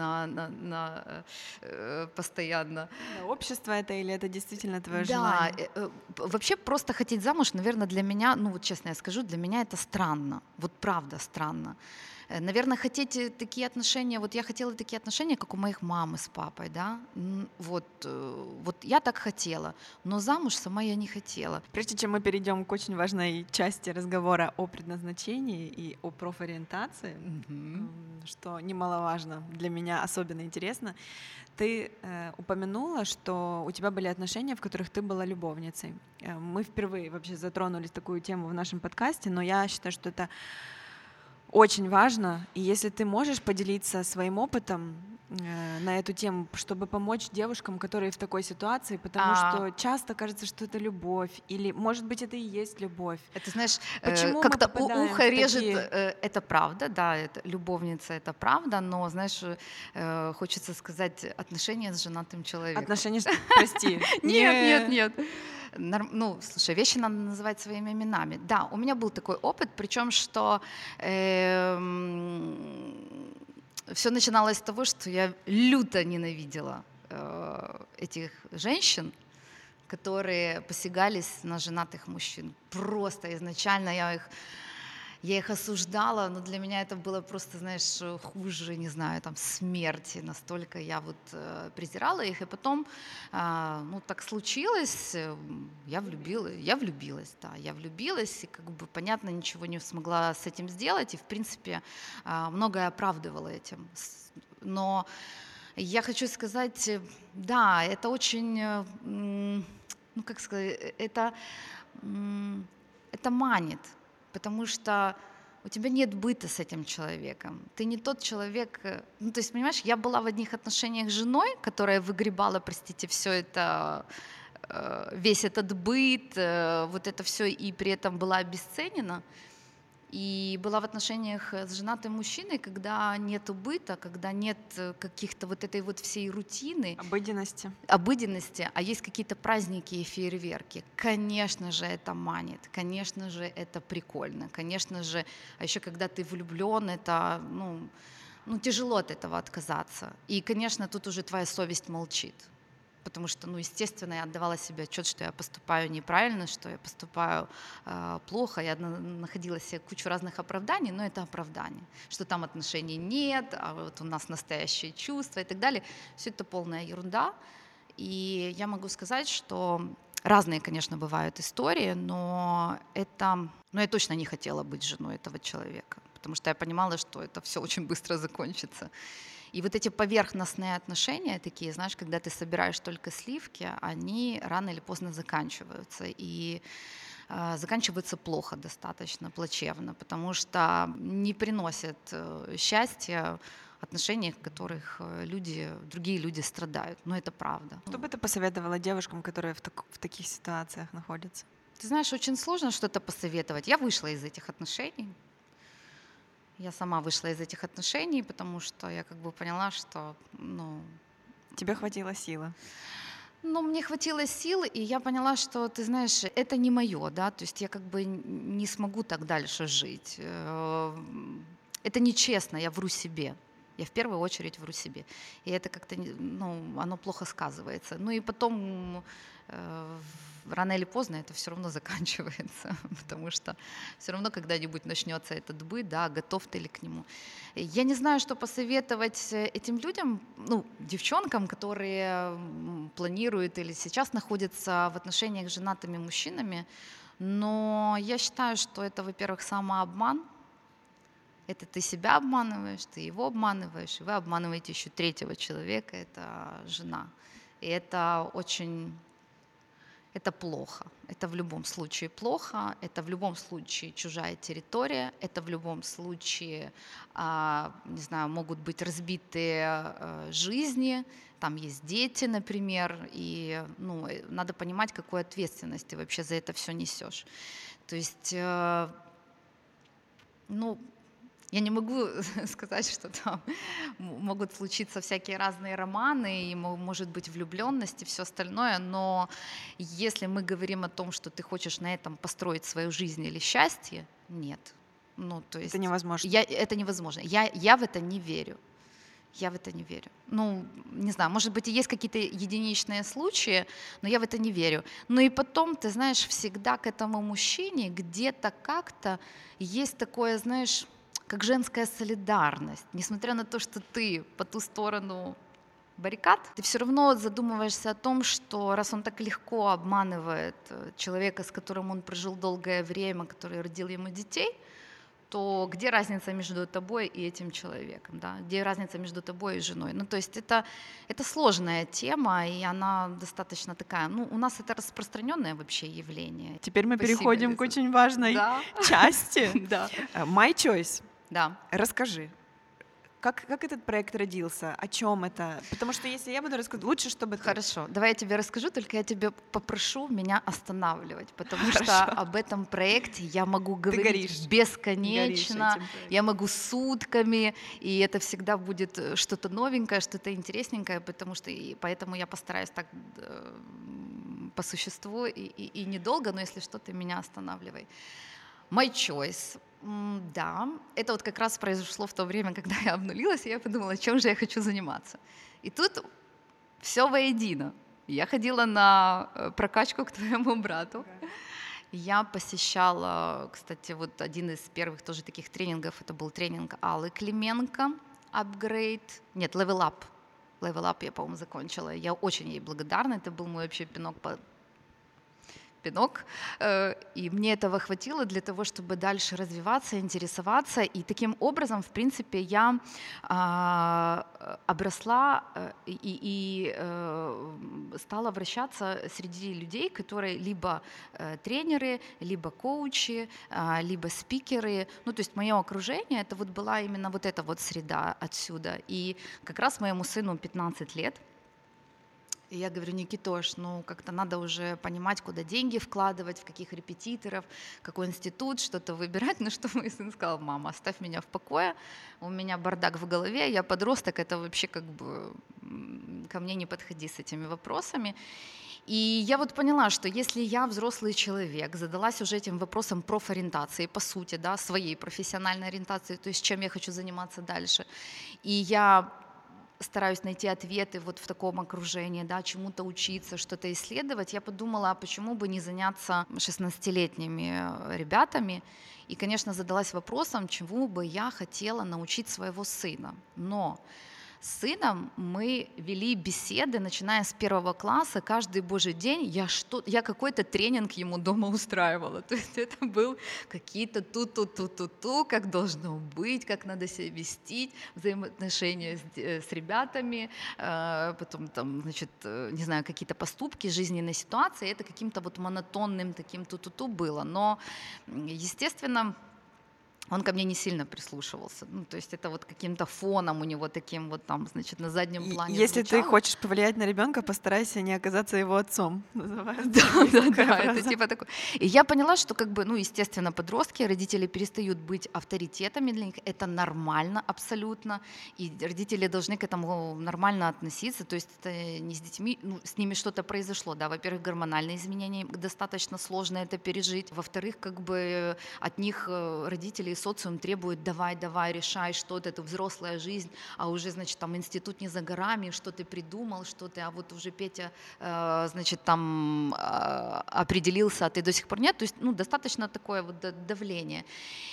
постоянно. Общество это или это действительно твое да, желание? Вообще просто хотеть замуж, наверное, для меня, честно я скажу, для меня это странно. Вот правда странно. Наверное, хотеть такие отношения, вот я хотела такие отношения, как у моих мамы с папой, да, вот я так хотела, но замуж сама я не хотела. Прежде чем мы перейдем к очень важной части разговора о предназначении и о профориентации, что немаловажно, для меня особенно интересно, ты упомянула, что у тебя были отношения, в которых ты была любовницей. Мы впервые вообще затронули такую тему в нашем подкасте, но я считаю, что это очень важно, и если ты можешь поделиться своим опытом на эту тему, чтобы помочь девушкам, которые в такой ситуации, потому что часто кажется, что это любовь, или, может быть, это и есть любовь. Это, знаешь, почему как-то попадаем ухо режет, такие... это правда, да, это, любовница — это правда, но, знаешь, хочется сказать, отношения с женатым человеком. Отношения, прости. Нет. Слушай, вещи надо называть своими именами. Да, у меня был такой опыт, причем что все начиналось с того, что я люто ненавидела этих женщин, которые посягались на женатых мужчин. Просто изначально я их осуждала, но для меня это было просто, знаешь, хуже, не знаю, там, смерти. Настолько я вот презирала их. И потом, ну, так случилось, я влюбилась, да, я влюбилась, и, как бы, понятно, ничего не смогла с этим сделать, и, в принципе, многое оправдывала этим. Но я хочу сказать, да, это очень, ну, как сказать, это манит, потому что у тебя нет быта с этим человеком. Ты не тот человек... Ну, то есть, понимаешь, я была в одних отношениях с женой, которая выгребала, простите, все это, весь этот быт, вот это все, и при этом была обесценена. И была в отношениях с женатым мужчиной, когда нет быта, когда нет каких-то вот этой вот всей рутины. Обыденности, а есть какие-то праздники и фейерверки. Конечно же, это манит, конечно же, это прикольно, конечно же, а еще когда ты влюблен, это, ну, тяжело от этого отказаться. И, конечно, тут уже твоя совесть молчит. Потому что, ну, естественно, я отдавала себе отчет, что я поступаю неправильно, что я поступаю плохо. Я находила себе кучу разных оправданий, но это оправдание, что там отношений нет, а вот у нас настоящие чувства и так далее. Все это полная ерунда. И я могу сказать, что разные, конечно, бывают истории, но я точно не хотела быть женой этого человека, потому что я понимала, что это все очень быстро закончится. И вот эти поверхностные отношения такие, знаешь, когда ты собираешь только сливки, они рано или поздно заканчиваются. И заканчиваются плохо достаточно, плачевно, потому что не приносят счастья отношения, в которых другие люди страдают. Но это правда. Что бы ты посоветовала девушкам, которые в таких ситуациях находятся? Ты знаешь, очень сложно что-то посоветовать. Я вышла из этих отношений. Я сама вышла из этих отношений, потому что я как бы поняла, что, Тебе хватило силы? Мне хватило сил, и я поняла, что, ты знаешь, это не мое, да, то есть я как бы не смогу так дальше жить. Это нечестно, я вру себе. Я в первую очередь вру себе. И это как-то, оно плохо сказывается. Ну и потом рано или поздно это все равно заканчивается, потому что все равно когда-нибудь начнется этот быт, да, готов ты ли к нему. Я не знаю, что посоветовать этим людям, девчонкам, которые планируют или сейчас находятся в отношениях с женатыми мужчинами, но я считаю, что это, во-первых, самообман. Это ты себя обманываешь, ты его обманываешь, и вы обманываете еще третьего человека, это жена. И это это плохо. Это в любом случае плохо, это в любом случае чужая территория, это в любом случае, не знаю, могут быть разбитые жизни, там есть дети, например, и надо понимать, какую ответственность ты вообще за это все несешь. То есть, я не могу сказать, что там могут случиться всякие разные романы, и может быть влюбленность и все остальное, но если мы говорим о том, что ты хочешь на этом построить свою жизнь или счастье, нет. То есть это невозможно. Это невозможно. Я в это не верю. Я в это не верю. Не знаю, может быть, и есть какие-то единичные случаи, но я в это не верю. Но и потом, ты знаешь, всегда к этому мужчине где-то как-то есть такое, знаешь, как женская солидарность. Несмотря на то, что ты по ту сторону баррикад, ты все равно задумываешься о том, что раз он так легко обманывает человека, с которым он прожил долгое время, который родил ему детей, то где разница между тобой и этим человеком, да? Где разница между тобой и женой? То есть это сложная тема, и она достаточно такая, у нас это распространенное вообще явление. Теперь мы переходим к очень важной части. My Choice. Да. Расскажи, как этот проект родился, о чем это? Потому что если я буду рассказывать, лучше, чтобы ты... Хорошо, давай я тебе расскажу, только я тебе попрошу меня останавливать, потому что об этом проекте я могу говорить бесконечно, я могу сутками, и это всегда будет что-то новенькое, что-то интересненькое, поэтому я постараюсь так по существу и недолго, но если что, ты меня останавливай. My Choice. Да, это вот как раз произошло в то время, когда я обнулилась, и я подумала, чем же я хочу заниматься. И тут все воедино. Я ходила на прокачку к твоему брату. Я посещала, кстати, вот один из первых тоже таких тренингов, это был тренинг Аллы Клименко, Upgrade, нет, Level Up. Level Up я, по-моему, закончила. Я очень ей благодарна, это был мой вообще пинок, и мне этого хватило для того, чтобы дальше развиваться, интересоваться, и таким образом, в принципе, я обросла и стала вращаться среди людей, которые либо тренеры, либо коучи, либо спикеры, ну, то есть мое окружение, это вот была именно вот эта вот среда отсюда, и как раз моему сыну 15 лет. И я говорю: Никитош, ну как-то надо уже понимать, куда деньги вкладывать, в каких репетиторов, какой институт, что-то выбирать. На что мой сын сказал: мама, оставь меня в покое, у меня бардак в голове, я подросток, это вообще как бы ко мне не подходи с этими вопросами. И я вот поняла, что если я взрослый человек, задалась уже этим вопросом профориентации, по сути, да, своей профессиональной ориентации, то есть чем я хочу заниматься дальше, и я стараюсь найти ответы вот в таком окружении, да, чему-то учиться, что-то исследовать, я подумала, а почему бы не заняться 16-летними ребятами, и, конечно, задалась вопросом, чему бы я хотела научить своего сына. Но с сыном мы вели беседы, начиная с 1 класса, каждый божий день я какой-то тренинг ему дома устраивала. То есть это был какие-то ту-ту-ту-ту-ту, как должно быть, как надо себя вести, взаимоотношения с ребятами, потом там, значит, не знаю, какие-то поступки, жизненные ситуации. Это каким-то вот монотонным таким ту-ту-ту было. Но, естественно, он ко мне не сильно прислушивался. Ну, то есть это вот каким-то фоном у него таким вот там, значит, на заднем плане Если звучало. ты хочешь повлиять на ребенка, постарайся не оказаться его отцом. Да, это типа такое. И я поняла, что как бы, ну, естественно, подростки, родители перестают быть авторитетами для них. Это нормально абсолютно. И родители должны к этому нормально относиться. То есть это не с детьми, ну, с ними что-то произошло. Да, во-первых, гормональные изменения, достаточно сложно это пережить. Во-вторых, как бы от них родители и социум требуют: давай, решай что-то, это взрослая жизнь, а уже, значит, там институт не за горами, что ты придумал, что ты, а вот уже Петя, значит, там определился, а ты до сих пор нет. То есть, ну, достаточно такое вот давление.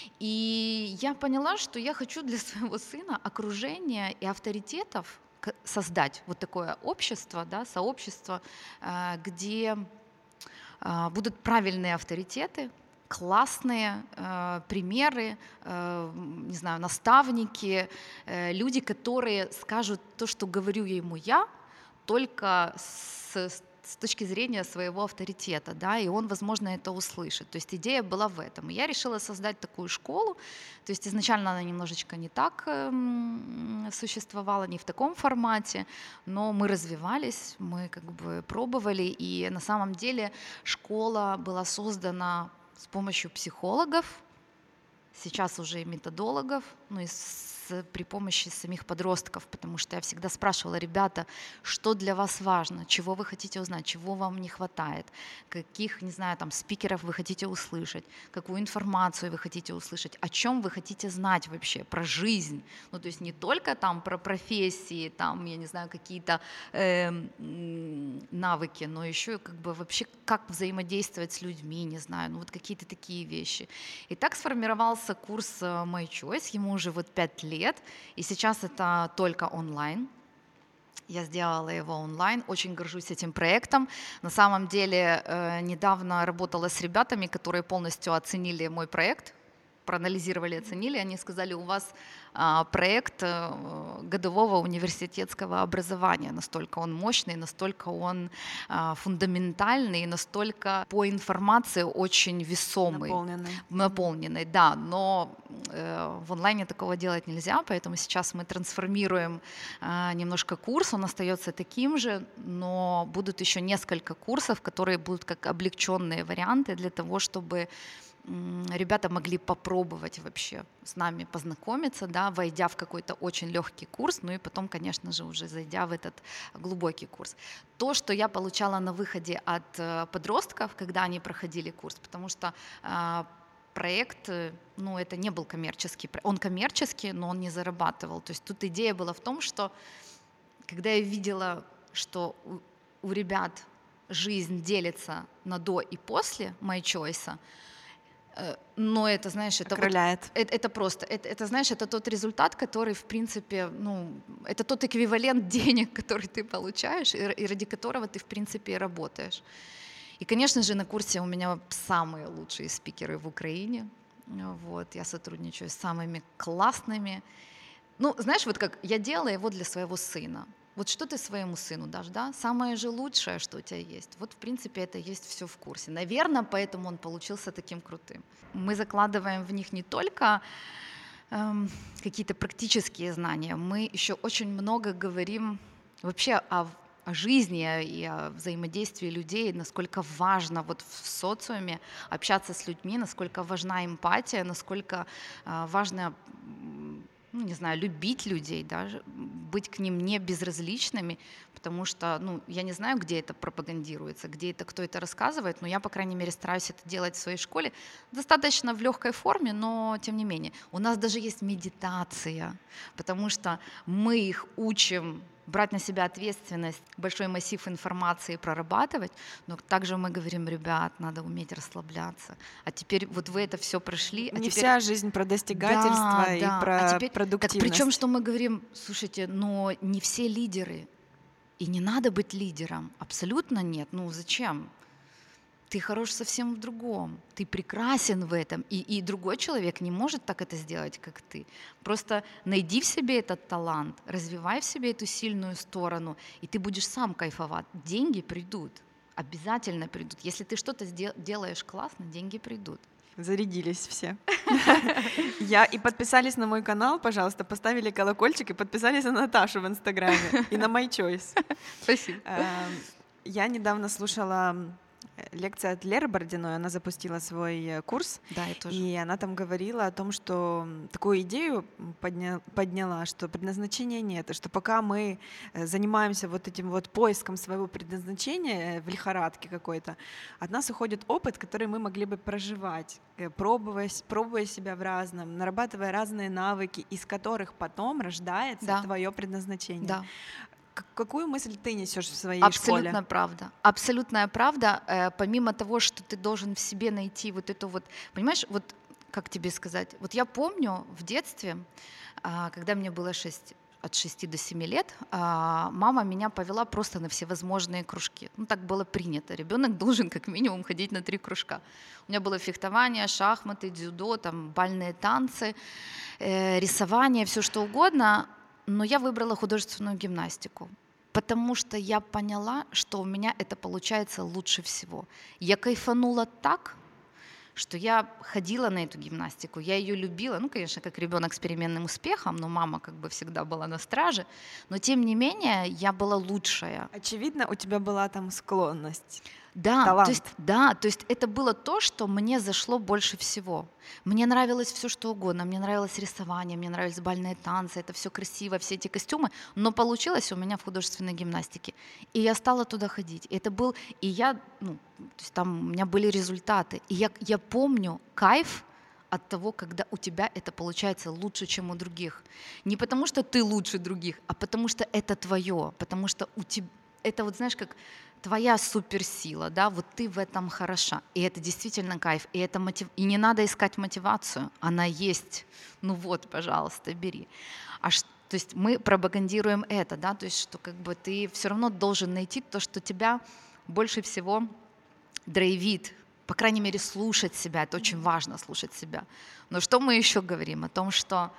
И я поняла, что я хочу для своего сына окружение и авторитетов создать вот такое общество, да, сообщество, где будут правильные авторитеты, классные примеры, не знаю, наставники, люди, которые скажут то, что говорю ему я, только с точки зрения своего авторитета, да, и он, возможно, это услышит. То есть идея была в этом. И я решила создать такую школу. То есть изначально она немножечко не так существовала, не в таком формате, но мы развивались, мы как бы пробовали, и на самом деле школа была создана с помощью психологов, сейчас уже и методологов, ну и при помощи самих подростков, потому что я всегда спрашивала: ребята, что для вас важно, чего вы хотите узнать, чего вам не хватает, каких, не знаю, там, спикеров вы хотите услышать, какую информацию вы хотите услышать, о чем вы хотите знать вообще, про жизнь, ну то есть не только там про профессии, там, я не знаю, какие-то навыки, но еще как бы вообще как взаимодействовать с людьми, не знаю, ну вот какие-то такие вещи. И так сформировался курс My Choice, ему уже вот 5 лет, и сейчас это только онлайн. Я сделала его онлайн, очень горжусь этим проектом. На самом деле недавно работала с ребятами, которые полностью оценили мой проект, проанализировали, оценили. Они сказали: у вас проект годового университетского образования, настолько он мощный, настолько он фундаментальный, настолько по информации очень весомый. Наполненный, да, но в онлайне такого делать нельзя, поэтому сейчас мы трансформируем немножко курс, он остается таким же, но будут еще несколько курсов, которые будут как облегченные варианты для того, чтобы ребята могли попробовать вообще с нами познакомиться, да, войдя в какой-то очень легкий курс, ну и потом, конечно же, уже зайдя в этот глубокий курс. То, что я получала на выходе от подростков, когда они проходили курс, потому что проект, ну, это не был коммерческий, он коммерческий, но он не зарабатывал. То есть тут идея была в том, что когда я видела, что у ребят жизнь делится на до и после my choice, но это, знаешь, это Окрыляет. это просто, это, знаешь, это тот результат, который, в принципе, ну, это тот эквивалент денег, который ты получаешь, и ради которого ты, в принципе, и работаешь. И, конечно же, на курсе у меня самые лучшие спикеры в Украине. Вот, я сотрудничаю с самыми классными. Ну, знаешь, вот как я делала его для своего сына. Вот что ты своему сыну дашь, да? Самое же лучшее, что у тебя есть. Вот, в принципе, это есть все в курсе. Наверное, поэтому он получился таким крутым. Мы закладываем в них не только какие-то практические знания, мы еще очень много говорим вообще о жизни и о взаимодействии людей, насколько важно вот в социуме общаться с людьми, насколько важна эмпатия, насколько важно, ну, не знаю, любить людей, да, быть к ним не безразличными, потому что, ну, я не знаю, где это пропагандируется, где это, кто это рассказывает, но я, по крайней мере, стараюсь это делать в своей школе, достаточно в легкой форме, но тем не менее. У нас даже есть медитация, потому что мы их учим брать на себя ответственность, большой массив информации прорабатывать, но также мы говорим, ребят, надо уметь расслабляться. А теперь вот вы это все прошли. Не вся жизнь про достигательство и про продуктивность. Причем, что мы говорим, слушайте, но не все лидеры, и не надо быть лидером, абсолютно нет, ну зачем? Ты хорош совсем в другом, ты прекрасен в этом, и другой человек не может так это сделать, как ты. Просто найди в себе этот талант, развивай в себе эту сильную сторону, и ты будешь сам кайфовать. Деньги придут, обязательно придут. Если ты что-то делаешь классно, деньги придут. Зарядились все. И подписались на мой канал, пожалуйста, поставили колокольчик и подписались на Наташу в Инстаграме и на My Choice. Спасибо. Я недавно слушала лекция от Леры Бородиной, она запустила свой курс, да, я тоже. И она там говорила о том, что такую идею подняла, что предназначения нет, и что пока мы занимаемся вот этим вот поиском своего предназначения в лихорадке какой-то, от нас уходит опыт, который мы могли бы проживать, пробуя себя в разном, нарабатывая разные навыки, из которых потом рождается твое предназначение. Да. Какую мысль ты несешь в своей Абсолютно школе? Правда. Абсолютная правда. Помимо того, что ты должен в себе найти вот эту вот, понимаешь, вот как тебе сказать, вот я помню в детстве, когда мне было от 6 до 7 лет, мама меня повела просто на всевозможные кружки. Ну, так было принято. Ребенок должен как минимум ходить на 3 кружка. У меня было фехтование, шахматы, дзюдо, там, бальные танцы, рисование, все что угодно. Но я выбрала художественную гимнастику, потому что я поняла, что у меня это получается лучше всего. Я кайфанула так, что я ходила на эту гимнастику, я ее любила, ну, конечно, как ребенок с переменным успехом, но мама как бы всегда была на страже, но тем не менее я была лучшая. Очевидно, у тебя была там склонность. Да, талант. То есть это было то, что мне зашло больше всего. Мне нравилось все, что угодно. Мне нравилось рисование, мне нравились бальные танцы, это все красиво, все эти костюмы. Но получилось у меня в художественной гимнастике. И я стала туда ходить. То есть там у меня были результаты. И я помню кайф от того, когда у тебя это получается лучше, чем у других. Не потому, что ты лучше других, а потому, что это твое. Потому что у тебя... Это вот, знаешь, как твоя суперсила, да, вот ты в этом хороша, и это действительно кайф, и это и не надо искать мотивацию, она есть, ну вот, пожалуйста, бери. То есть мы пропагандируем это, да, то есть что как бы ты все равно должен найти то, что тебя больше всего драйвит, по крайней мере, слушать себя, это очень важно, слушать себя. Но что мы еще говорим? О том, что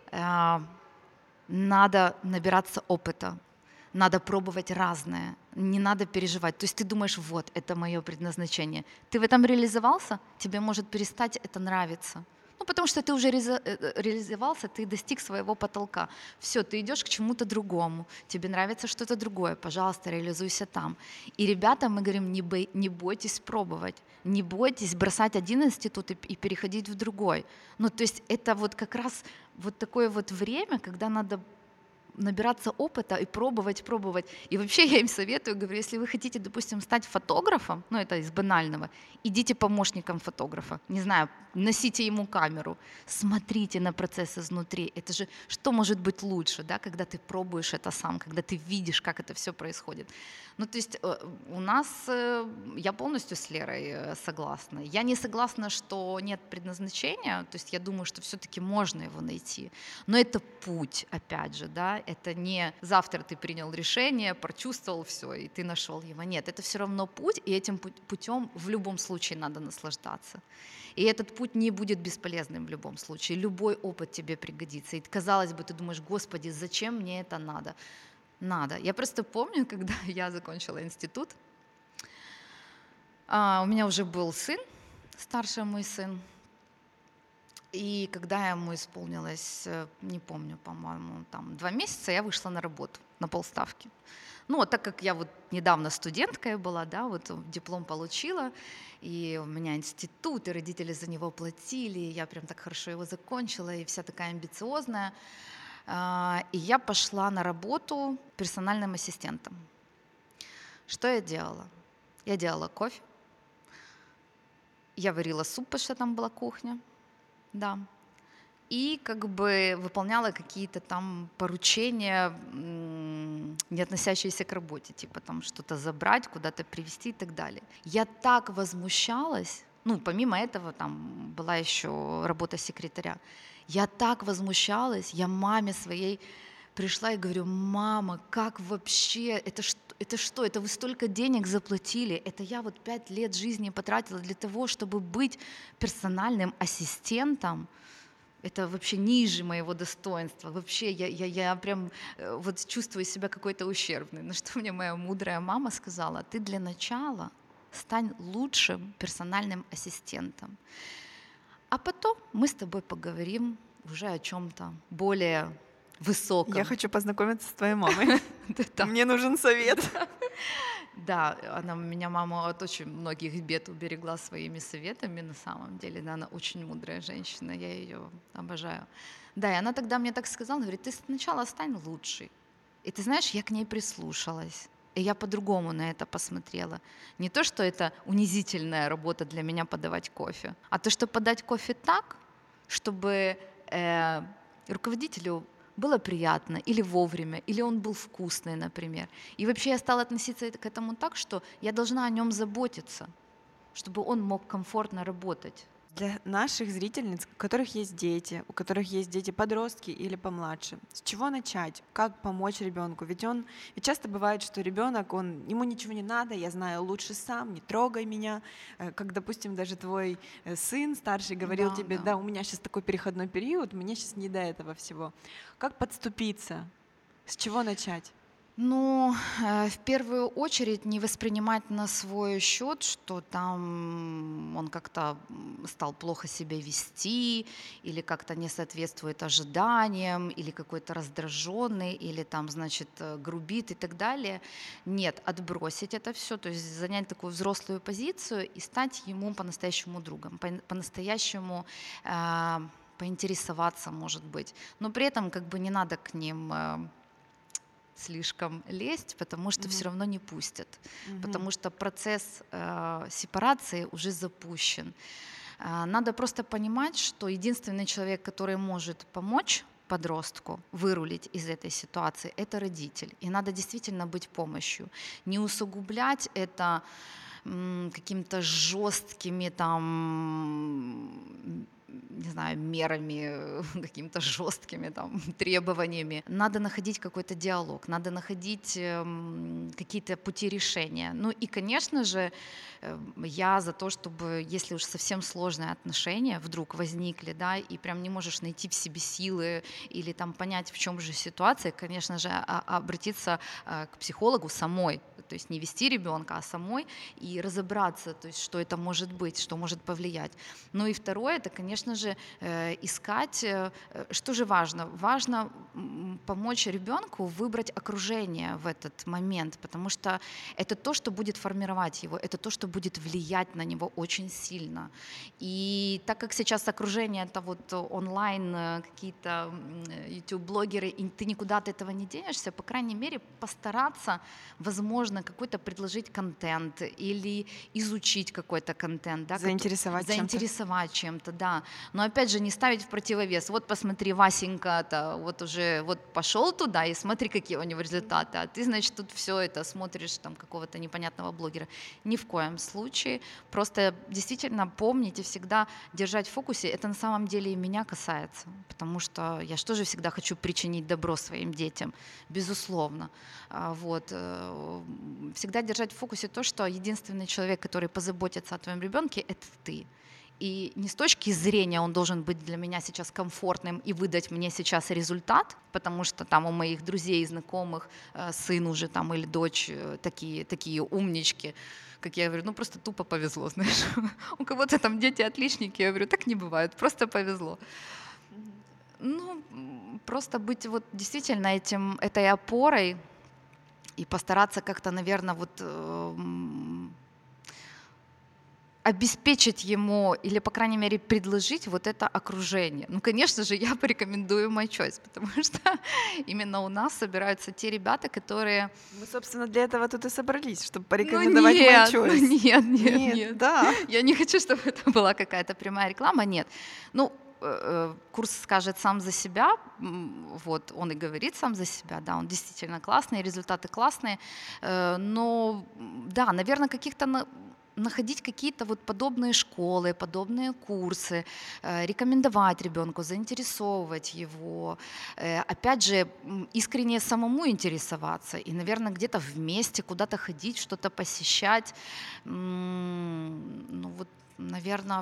надо набираться опыта, надо пробовать разное, не надо переживать. То есть ты думаешь, вот, это мое предназначение. Ты в этом реализовался, тебе может перестать это нравиться. Ну, потому что ты уже реализовался, ты достиг своего потолка. Все, ты идешь к чему-то другому, тебе нравится что-то другое, пожалуйста, реализуйся там. И ребятам мы говорим, не бойтесь пробовать, не бойтесь бросать один институт и переходить в другой. Ну, то есть это вот как раз вот такое вот время, когда надо набираться опыта и пробовать. И вообще я им советую, говорю, если вы хотите, допустим, стать фотографом, ну это из банального, идите помощником фотографа, не знаю, носите ему камеру, смотрите на процесс изнутри. Это же что может быть лучше, да, когда ты пробуешь это сам, когда ты видишь, как это все происходит. Ну то есть у нас, я полностью с Лерой согласна. Я не согласна, что нет предназначения, то есть я думаю, что все-таки можно его найти. Но это путь, опять же, да, это не завтра ты принял решение, прочувствовал все, и ты нашел его. Нет, это все равно путь, и этим путем в любом случае надо наслаждаться. И этот путь не будет бесполезным в любом случае. Любой опыт тебе пригодится. И казалось бы, ты думаешь, Господи, зачем мне это надо? Надо. Я просто помню, когда я закончила институт, у меня уже был сын, старший мой сын, и когда ему исполнилось, не помню, по-моему, там 2 месяца, я вышла на работу на полставки. Ну, так как я вот недавно студенткой была, да, вот диплом получила, и у меня институт, и родители за него платили, и я прям так хорошо его закончила, и вся такая амбициозная. И я пошла на работу персональным ассистентом. Что я делала? Я делала кофе, я варила суп, потому что там была кухня, да, и как бы выполняла какие-то там поручения, не относящиеся к работе, типа там что-то забрать, куда-то привезти и так далее. Я так возмущалась, ну, помимо этого там была еще работа секретаря. Я так возмущалась, я маме своей пришла и говорю, мама, как вообще, это что, это вы столько денег заплатили, это я вот 5 лет жизни потратила для того, чтобы быть персональным ассистентом, это вообще ниже моего достоинства, вообще я прям вот чувствую себя какой-то ущербной. На что мне моя мудрая мама сказала, ты для начала стань лучшим персональным ассистентом, а потом мы с тобой поговорим уже о чем-то более высоком. Я хочу познакомиться с твоей мамой. Мне нужен совет. Да, меня мама от очень многих бед уберегла своими советами, на самом деле. Да, она очень мудрая женщина, я ее обожаю. Да, и она тогда мне так сказала, говорит, ты сначала стань лучшей. И ты знаешь, я к ней прислушалась. И я по-другому на это посмотрела. Не то, что это унизительная работа для меня подавать кофе, а то, что подать кофе так, чтобы руководителю было приятно, или вовремя, или он был вкусный, например. И вообще я стала относиться к этому так, что я должна о нем заботиться, чтобы он мог комфортно работать. Для наших зрительниц, у которых есть дети подростки или помладше, с чего начать? Как помочь ребенку? Ведь часто бывает, что ребенок, ему ничего не надо, я знаю лучше сам, не трогай меня. Как, допустим, даже твой сын старший говорил тебе, да, у меня сейчас такой переходной период, мне сейчас не до этого всего. Как подступиться? С чего начать? Ну, в первую очередь не воспринимать на свой счет, что там он как-то стал плохо себя вести, или как-то не соответствует ожиданиям, или какой-то раздраженный, или там, значит, грубит и так далее. Нет, отбросить это все, то есть занять такую взрослую позицию и стать ему по-настоящему другом, по-настоящему поинтересоваться, может быть. Но при этом как бы не надо к ним слишком лезть, потому что все равно не пустят, потому что процесс сепарации уже запущен. Надо просто понимать, что единственный человек, который может помочь подростку вырулить из этой ситуации, это родитель. И надо действительно быть помощью. Не усугублять это какими-то жесткими там, не знаю, мерами, какими-то жесткими там требованиями. Надо находить какой-то диалог, надо находить какие-то пути решения. Ну и, конечно же, я за то, чтобы, если уж совсем сложные отношения вдруг возникли, да, и прям не можешь найти в себе силы или там понять, в чем же ситуация, конечно же, обратиться к психологу самой. то есть не вести ребенка, а самой и разобраться, то есть что это может быть, что может повлиять. Ну и второе, это, конечно же, искать, что же важно? Важно помочь ребенку выбрать окружение в этот момент, потому что это то, что будет формировать его, это то, что будет влиять на него очень сильно. И так как сейчас окружение это вот онлайн, какие-то YouTube-блогеры, и ты никуда от этого не денешься, по крайней мере, постараться, возможно, какой-то предложить контент или изучить какой-то контент. Да, Заинтересовать чем-то, да. Но опять же, не ставить в противовес. Вот посмотри, Васенька-то вот уже вот пошел туда, и смотри, какие у него результаты. А ты, значит, тут все это смотришь, там, какого-то непонятного блогера. Ни в коем случае. Просто действительно помнить и всегда держать в фокусе. Это на самом деле и меня касается, потому что я же тоже всегда хочу причинить добро своим детям, безусловно. Вот. Всегда держать в фокусе то, что единственный человек, который позаботится о твоем ребенке, это ты. И не с точки зрения он должен быть для меня сейчас комфортным и выдать мне сейчас результат, потому что там у моих друзей и знакомых сын уже там или дочь такие умнички, как я говорю, ну просто тупо повезло, знаешь. У кого-то там дети отличники, я говорю, так не бывает, просто повезло. Ну, просто быть вот действительно этой опорой и постараться как-то, наверное, вот обеспечить ему или, по крайней мере, предложить вот это окружение. Ну, конечно же, я порекомендую My Choice, потому что именно у нас собираются те ребята, которые... Мы, собственно, для этого тут и собрались, чтобы порекомендовать My Choice. Нет. Да. Я не хочу, чтобы это была какая-то прямая реклама, нет. Ну, курс скажет сам за себя, вот он и говорит сам за себя, да, он действительно классный, результаты классные, но да, наверное, находить какие-то вот подобные школы, подобные курсы, рекомендовать ребенку, заинтересовывать его, опять же, искренне самому интересоваться и, наверное, где-то вместе куда-то ходить, что-то посещать, ну вот, наверное,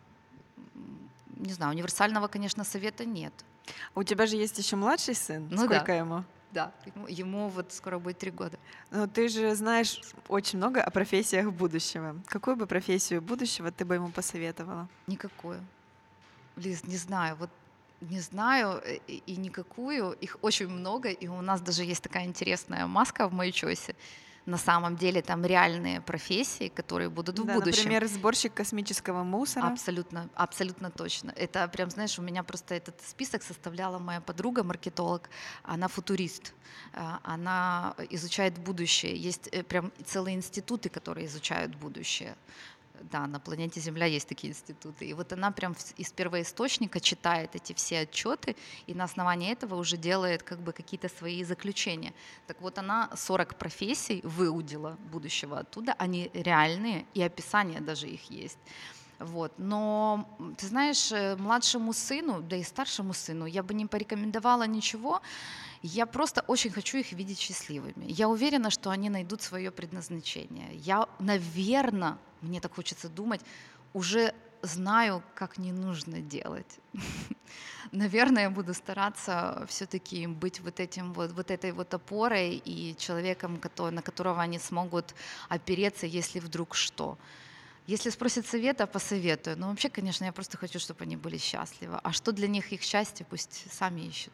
не знаю, универсального, конечно, совета нет. У тебя же есть еще младший сын. Ну, сколько да. ему? Да, ему вот скоро будет 3 года. Но ты же знаешь очень много о профессиях будущего. Какую бы профессию будущего ты бы ему посоветовала? Никакую. Лиз, не знаю. Вот не знаю и никакую. Их очень много, и у нас даже есть такая интересная маска в My Choice. На самом деле там реальные профессии, которые будут в будущем. Например, сборщик космического мусора. Абсолютно, абсолютно точно. Это прям, знаешь, у меня просто этот список составляла моя подруга, маркетолог. Она футурист, она изучает будущее. Есть прям целые институты, которые изучают будущее. Да, на планете Земля есть такие институты. И вот она прям из первоисточника читает эти все отчеты и на основании этого уже делает как бы какие-то свои заключения. Так вот она 40 профессий выудила будущего оттуда, они реальные, и описание даже их есть. Вот. Но, ты знаешь, младшему сыну, да и старшему сыну я бы не порекомендовала ничего. Я просто очень хочу их видеть счастливыми. Я уверена, что они найдут свое предназначение. Я, наверное, мне так хочется думать, уже знаю, как не нужно делать. Наверное, я буду стараться все-таки быть вот этой вот опорой и человеком, на которого они смогут опереться, если вдруг что. Если спросят совета, посоветую. Но вообще, конечно, я просто хочу, чтобы они были счастливы. А что для них их счастье, пусть сами ищут.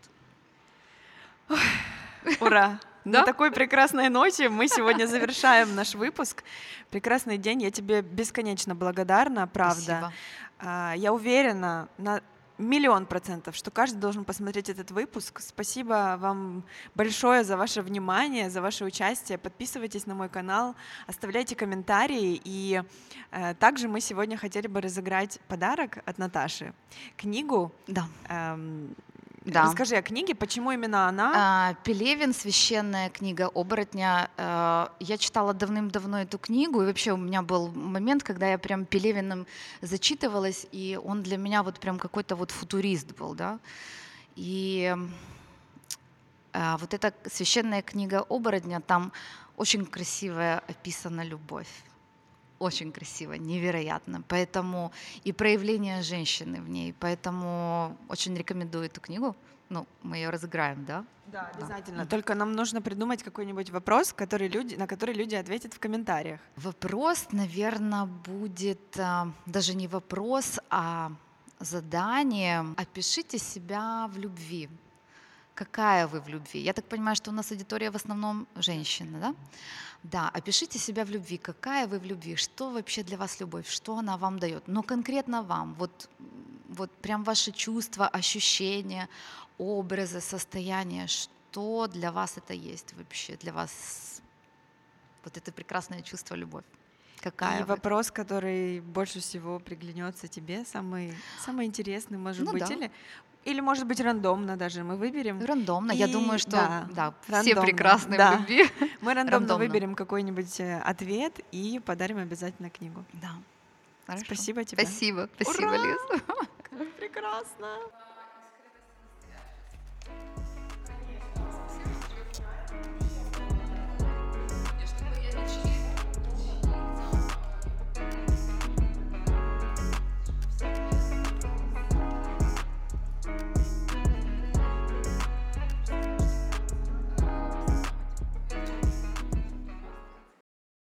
Ура! Да? На такой прекрасной ноте мы сегодня завершаем наш выпуск. Прекрасный день. Я тебе бесконечно благодарна, правда. Спасибо. Я уверена на 1,000,000%, что каждый должен посмотреть этот выпуск. Спасибо вам большое за ваше внимание, за ваше участие. Подписывайтесь на мой канал, оставляйте комментарии. И также мы сегодня хотели бы разыграть подарок от Наташи. Книгу. Да. Да. Расскажи о книге, почему именно она? Пелевин, «Священная книга оборотня». Я читала давным-давно эту книгу, и вообще у меня был момент, когда я прям Пелевиным зачитывалась, и он для меня вот прям какой-то вот футурист был, да. И вот эта «Священная книга оборотня», там очень красивая описана любовь. очень красивая, невероятно. Поэтому и проявление женщины в ней. Поэтому очень рекомендую эту книгу. Ну, мы ее разыграем, да? Да, обязательно. Только нам нужно придумать какой-нибудь вопрос, на который люди ответят в комментариях. Вопрос, наверное, будет даже не вопрос, а задание. Опишите себя в любви. Какая вы в любви? Я так понимаю, что у нас аудитория в основном женщины, да? Да, опишите себя в любви. Какая вы в любви? Что вообще для вас любовь? Что она вам дает? Но конкретно вам. Вот прям ваши чувства, ощущения, образы, состояния. Что для вас это есть вообще? Для вас вот это прекрасное чувство, любовь. Какая И вы? вопрос, который больше всего приглянется тебе, самый интересный, может Ну быть, да. или может быть рандомно даже мы выберем. Рандомно. Я думаю, что да, все рандомно, прекрасны в да. любви. Мы рандомно Рандомно. выберем какой-нибудь ответ и подарим обязательно книгу. Да. Хорошо. Спасибо тебе. Спасибо. Спасибо, Ура! Лиза. Прекрасно.